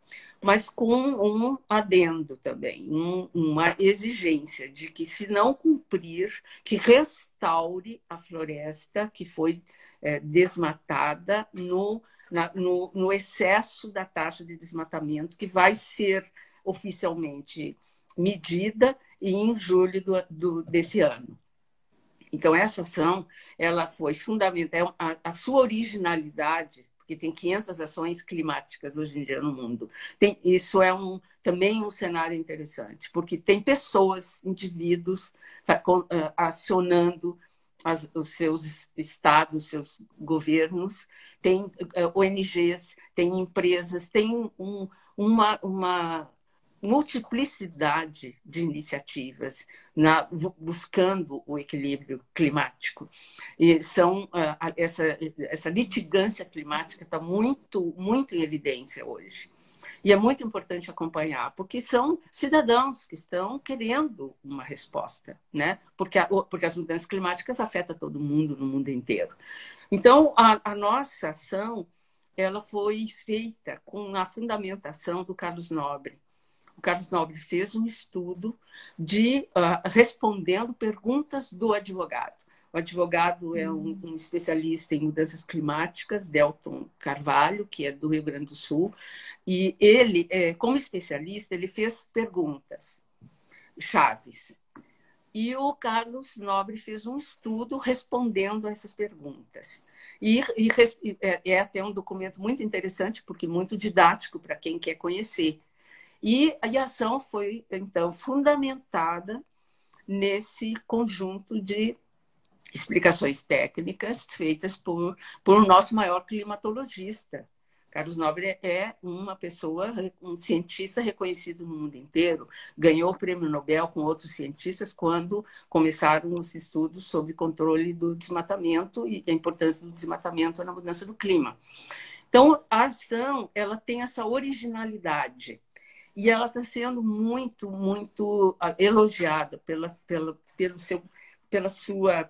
mas com um adendo também, um, uma exigência de que, se não cumprir, que restaure a floresta que foi é, desmatada no, na, no, no excesso da taxa de desmatamento, que vai ser oficialmente medida em julho do, do, desse ano. Então, essa ação ela foi fundamental, a, a sua originalidade, porque tem quinhentas ações climáticas hoje em dia no mundo. Tem, isso é um, também um cenário interessante, porque tem pessoas, indivíduos, acionando as, os seus estados, seus governos, tem O N Gs, tem empresas, tem um, uma, uma multiplicidade de iniciativas na, buscando o equilíbrio climático. E são, essa, essa litigância climática está muito, muito em evidência hoje. E é muito importante acompanhar, porque são cidadãos que estão querendo uma resposta, né? Porque, a, porque as mudanças climáticas afetam todo mundo, no mundo inteiro. Então, a, a nossa ação ela foi feita com a fundamentação do Carlos Nobre. O Carlos Nobre fez um estudo de uh, respondendo perguntas do advogado. O advogado é um, um especialista em mudanças climáticas, Delton Carvalho, que é do Rio Grande do Sul, e ele, é, como especialista, ele fez perguntas chaves. E o Carlos Nobre fez um estudo respondendo a essas perguntas. E, e é, é até um documento muito interessante, porque muito didático para quem quer conhecer. E a ação foi, então, fundamentada nesse conjunto de explicações técnicas feitas por, por o nosso maior climatologista. Carlos Nobre é uma pessoa, um cientista reconhecido no mundo inteiro, ganhou o prêmio Nobel com outros cientistas quando começaram os estudos sobre controle do desmatamento e a importância do desmatamento na mudança do clima. Então, a ação ela tem essa originalidade. E ela está sendo muito, muito elogiada pela, pela, pelo seu, pela sua,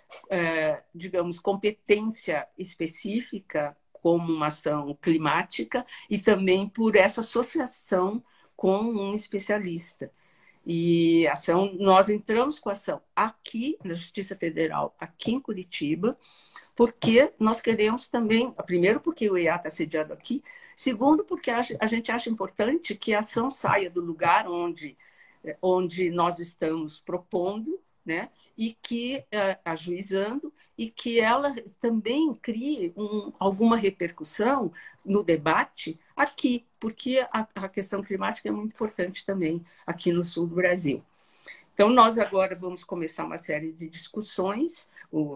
é, digamos, competência específica como uma ação climática e também por essa associação com um especialista. E a ação, nós entramos com a ação aqui na Justiça Federal, aqui em Curitiba, porque nós queremos também, primeiro porque o I A está sediado aqui, segundo porque a gente acha importante que a ação saia do lugar onde, onde nós estamos propondo, né? E que, ajuizando, e que ela também crie um, alguma repercussão no debate aqui, porque a, a questão climática é muito importante também aqui no sul do Brasil. Então, nós agora vamos começar uma série de discussões. O,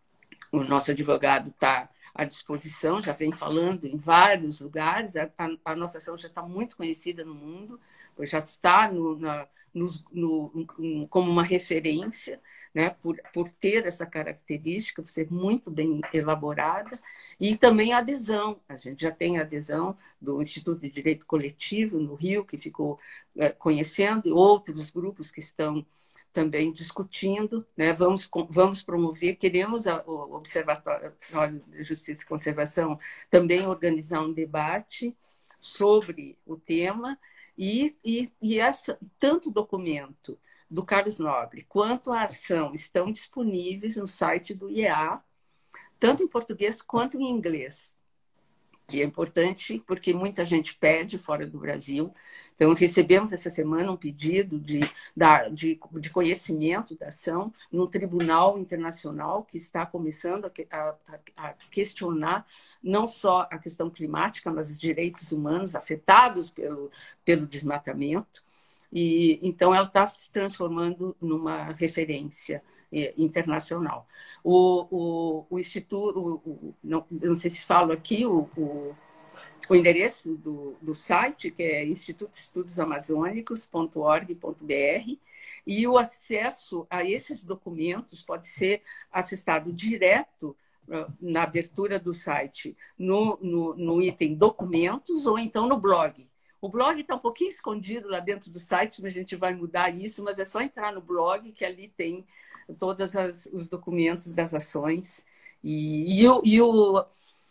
o nosso advogado está à disposição, já vem falando em vários lugares, a, a, a nossa ação já está muito conhecida no mundo, já está no, na, no, no, no, como uma referência, né, por, por ter essa característica, por ser muito bem elaborada, e também a adesão. A gente já tem a adesão do Instituto de Direito Coletivo no Rio, que ficou é, conhecendo, e outros grupos que estão também discutindo, né? Vamos, vamos promover, queremos a, o Observatório de Justiça e Conservação também organizar um debate sobre o tema, e, e, e essa, tanto o documento do Carlos Nobre quanto a ação estão disponíveis no site do I E A, tanto em português quanto em inglês, que é importante porque muita gente pede fora do Brasil. Então, recebemos essa semana um pedido de, de, de conhecimento da ação num tribunal internacional que está começando a, a, a questionar não só a questão climática, mas os direitos humanos afetados pelo, pelo desmatamento. E, então, ela está se transformando numa referência internacional. O, o, o Instituto, o, o, não, não sei se falo aqui, o, o, o endereço do, do site, que é instituto de estudos amazônicos ponto org ponto br, e o acesso a esses documentos pode ser acessado direto na abertura do site, no, no, no item documentos, ou então no blog. O blog está um pouquinho escondido lá dentro do site, mas a gente vai mudar isso, mas é só entrar no blog, que ali tem todos os documentos das ações. E, e, o, e, o,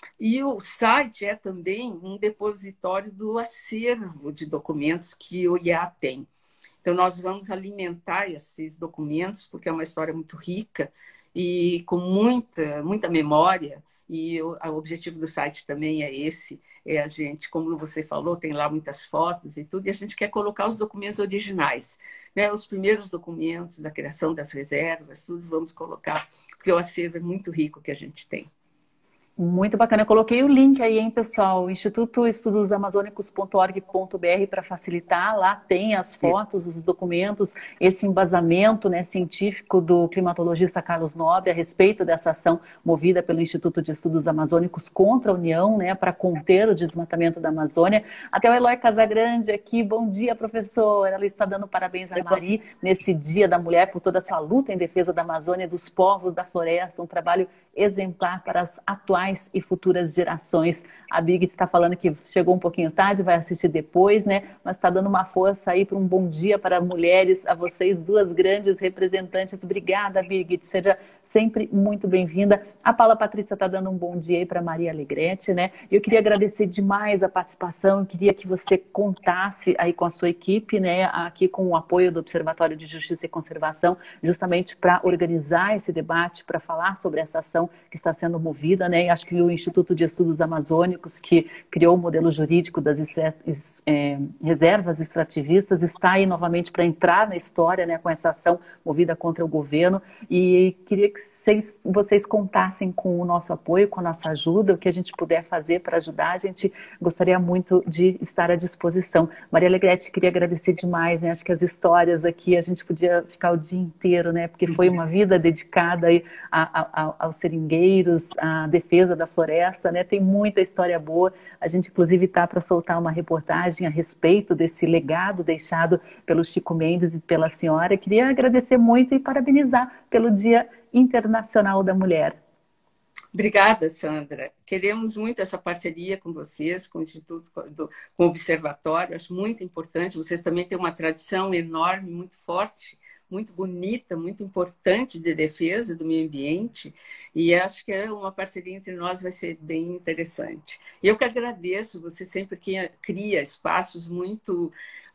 e o site é também um depositório do acervo de documentos que o I E A tem. Então, nós vamos alimentar esses documentos, porque é uma história muito rica e com muita, muita memória. E o, o objetivo do site também é esse, é a gente, como você falou, tem lá muitas fotos e tudo, e a gente quer colocar os documentos originais, né? Os primeiros documentos da criação das reservas, tudo vamos colocar, porque o acervo é muito rico que a gente tem. Muito bacana. Eu coloquei o link aí, hein, pessoal? instituto estudos amazônicos ponto org ponto br para facilitar. Lá tem as fotos, os documentos, esse embasamento, né, científico do climatologista Carlos Nobre a respeito dessa ação movida pelo Instituto de Estudos Amazônicos contra a União, né, para conter o desmatamento da Amazônia. Até o Eloy Casagrande aqui. Bom dia, professor. Ela está dando parabéns a Mari nesse Dia da Mulher por toda a sua luta em defesa da Amazônia e dos povos da floresta. Um trabalho exemplar para as atuais e futuras gerações. A Birgit está falando que chegou um pouquinho tarde, vai assistir depois, né? Mas está dando uma força aí para um bom dia para mulheres, a vocês, duas grandes representantes. Obrigada, Birgit. Seja sempre muito bem-vinda. A Paula Patrícia está dando um bom dia aí para Maria Alegrete, né? Eu queria agradecer demais a participação, eu queria que você contasse aí com a sua equipe, né? Aqui com o apoio do Observatório de Justiça e Conservação, justamente para organizar esse debate, para falar sobre essa ação que está sendo movida, né? E acho que o Instituto de Estudos Amazônicos, que criou o modelo jurídico das é, reservas extrativistas, está aí novamente para entrar na história, né? Com essa ação movida contra o governo, e queria que vocês, vocês contassem com o nosso apoio, com a nossa ajuda, o que a gente puder fazer para ajudar, a gente gostaria muito de estar à disposição. Maria Alegrete, queria agradecer demais, né? Acho que as histórias aqui, a gente podia ficar o dia inteiro, né? Porque foi uma vida dedicada aí a, a, aos seringueiros, à defesa da floresta, né? Tem muita história boa. A gente, inclusive, está para soltar uma reportagem a respeito desse legado deixado pelo Chico Mendes e pela senhora. Queria agradecer muito e parabenizar pelo Dia Internacional da Mulher. Obrigada, Sandra. Queremos muito essa parceria com vocês, com o Instituto, do, com o Observatório. Acho muito importante. Vocês também têm uma tradição enorme, muito forte, muito bonita, muito importante de defesa do meio ambiente, e acho que é uma parceria entre nós vai ser bem interessante. Eu que agradeço, você sempre cria espaços muito,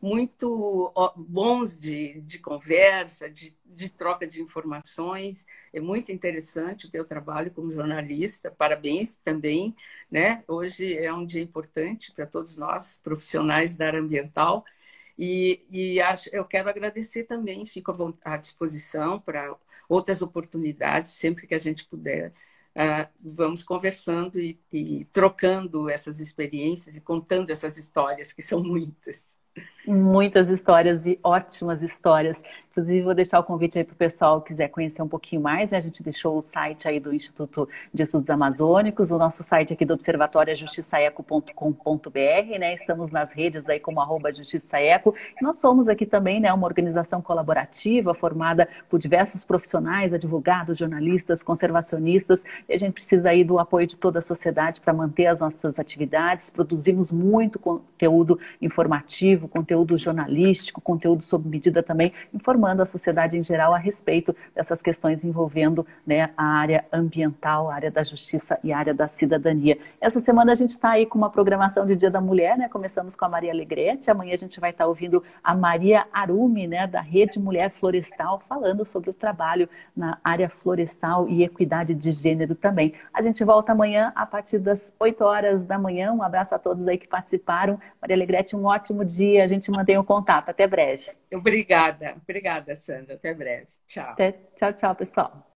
muito bons de, de conversa, de, de troca de informações. É muito interessante o teu trabalho como jornalista, parabéns também, né? Hoje é um dia importante para todos nós, profissionais da área ambiental. E, e acho, eu quero agradecer também, fico à, von- à disposição para outras oportunidades, sempre que a gente puder. Ah, vamos conversando e, e trocando essas experiências e contando essas histórias, que são muitas. Muitas histórias e ótimas histórias. Inclusive, vou deixar o convite aí para o pessoal que quiser conhecer um pouquinho mais, né? A gente deixou o site aí do Instituto de Estudos Amazônicos, o nosso site aqui do Observatório é justiçaeco ponto com ponto br, né? Estamos nas redes aí como arroba justiçaeco. Nós somos aqui também, né, uma organização colaborativa formada por diversos profissionais, advogados, jornalistas, conservacionistas, e a gente precisa aí do apoio de toda a sociedade para manter as nossas atividades. Produzimos muito conteúdo informativo, conteúdo jornalístico, conteúdo sob medida também, informando a sociedade em geral a respeito dessas questões envolvendo, né, a área ambiental, a área da justiça e a área da cidadania. Essa semana a gente está aí com uma programação de Dia da Mulher, né? Começamos com a Maria Alegrete, amanhã a gente vai estar ouvindo a Maria Arumi, né, da Rede Mulher Florestal, falando sobre o trabalho na área florestal e equidade de gênero também. A gente volta amanhã a partir das oito horas da manhã. Um abraço a todos aí que participaram. Maria Alegrete, um ótimo dia. A gente mantém o contato. Até breve. Obrigada, obrigada, Sandra. Até breve. Tchau. Até, tchau, tchau, pessoal.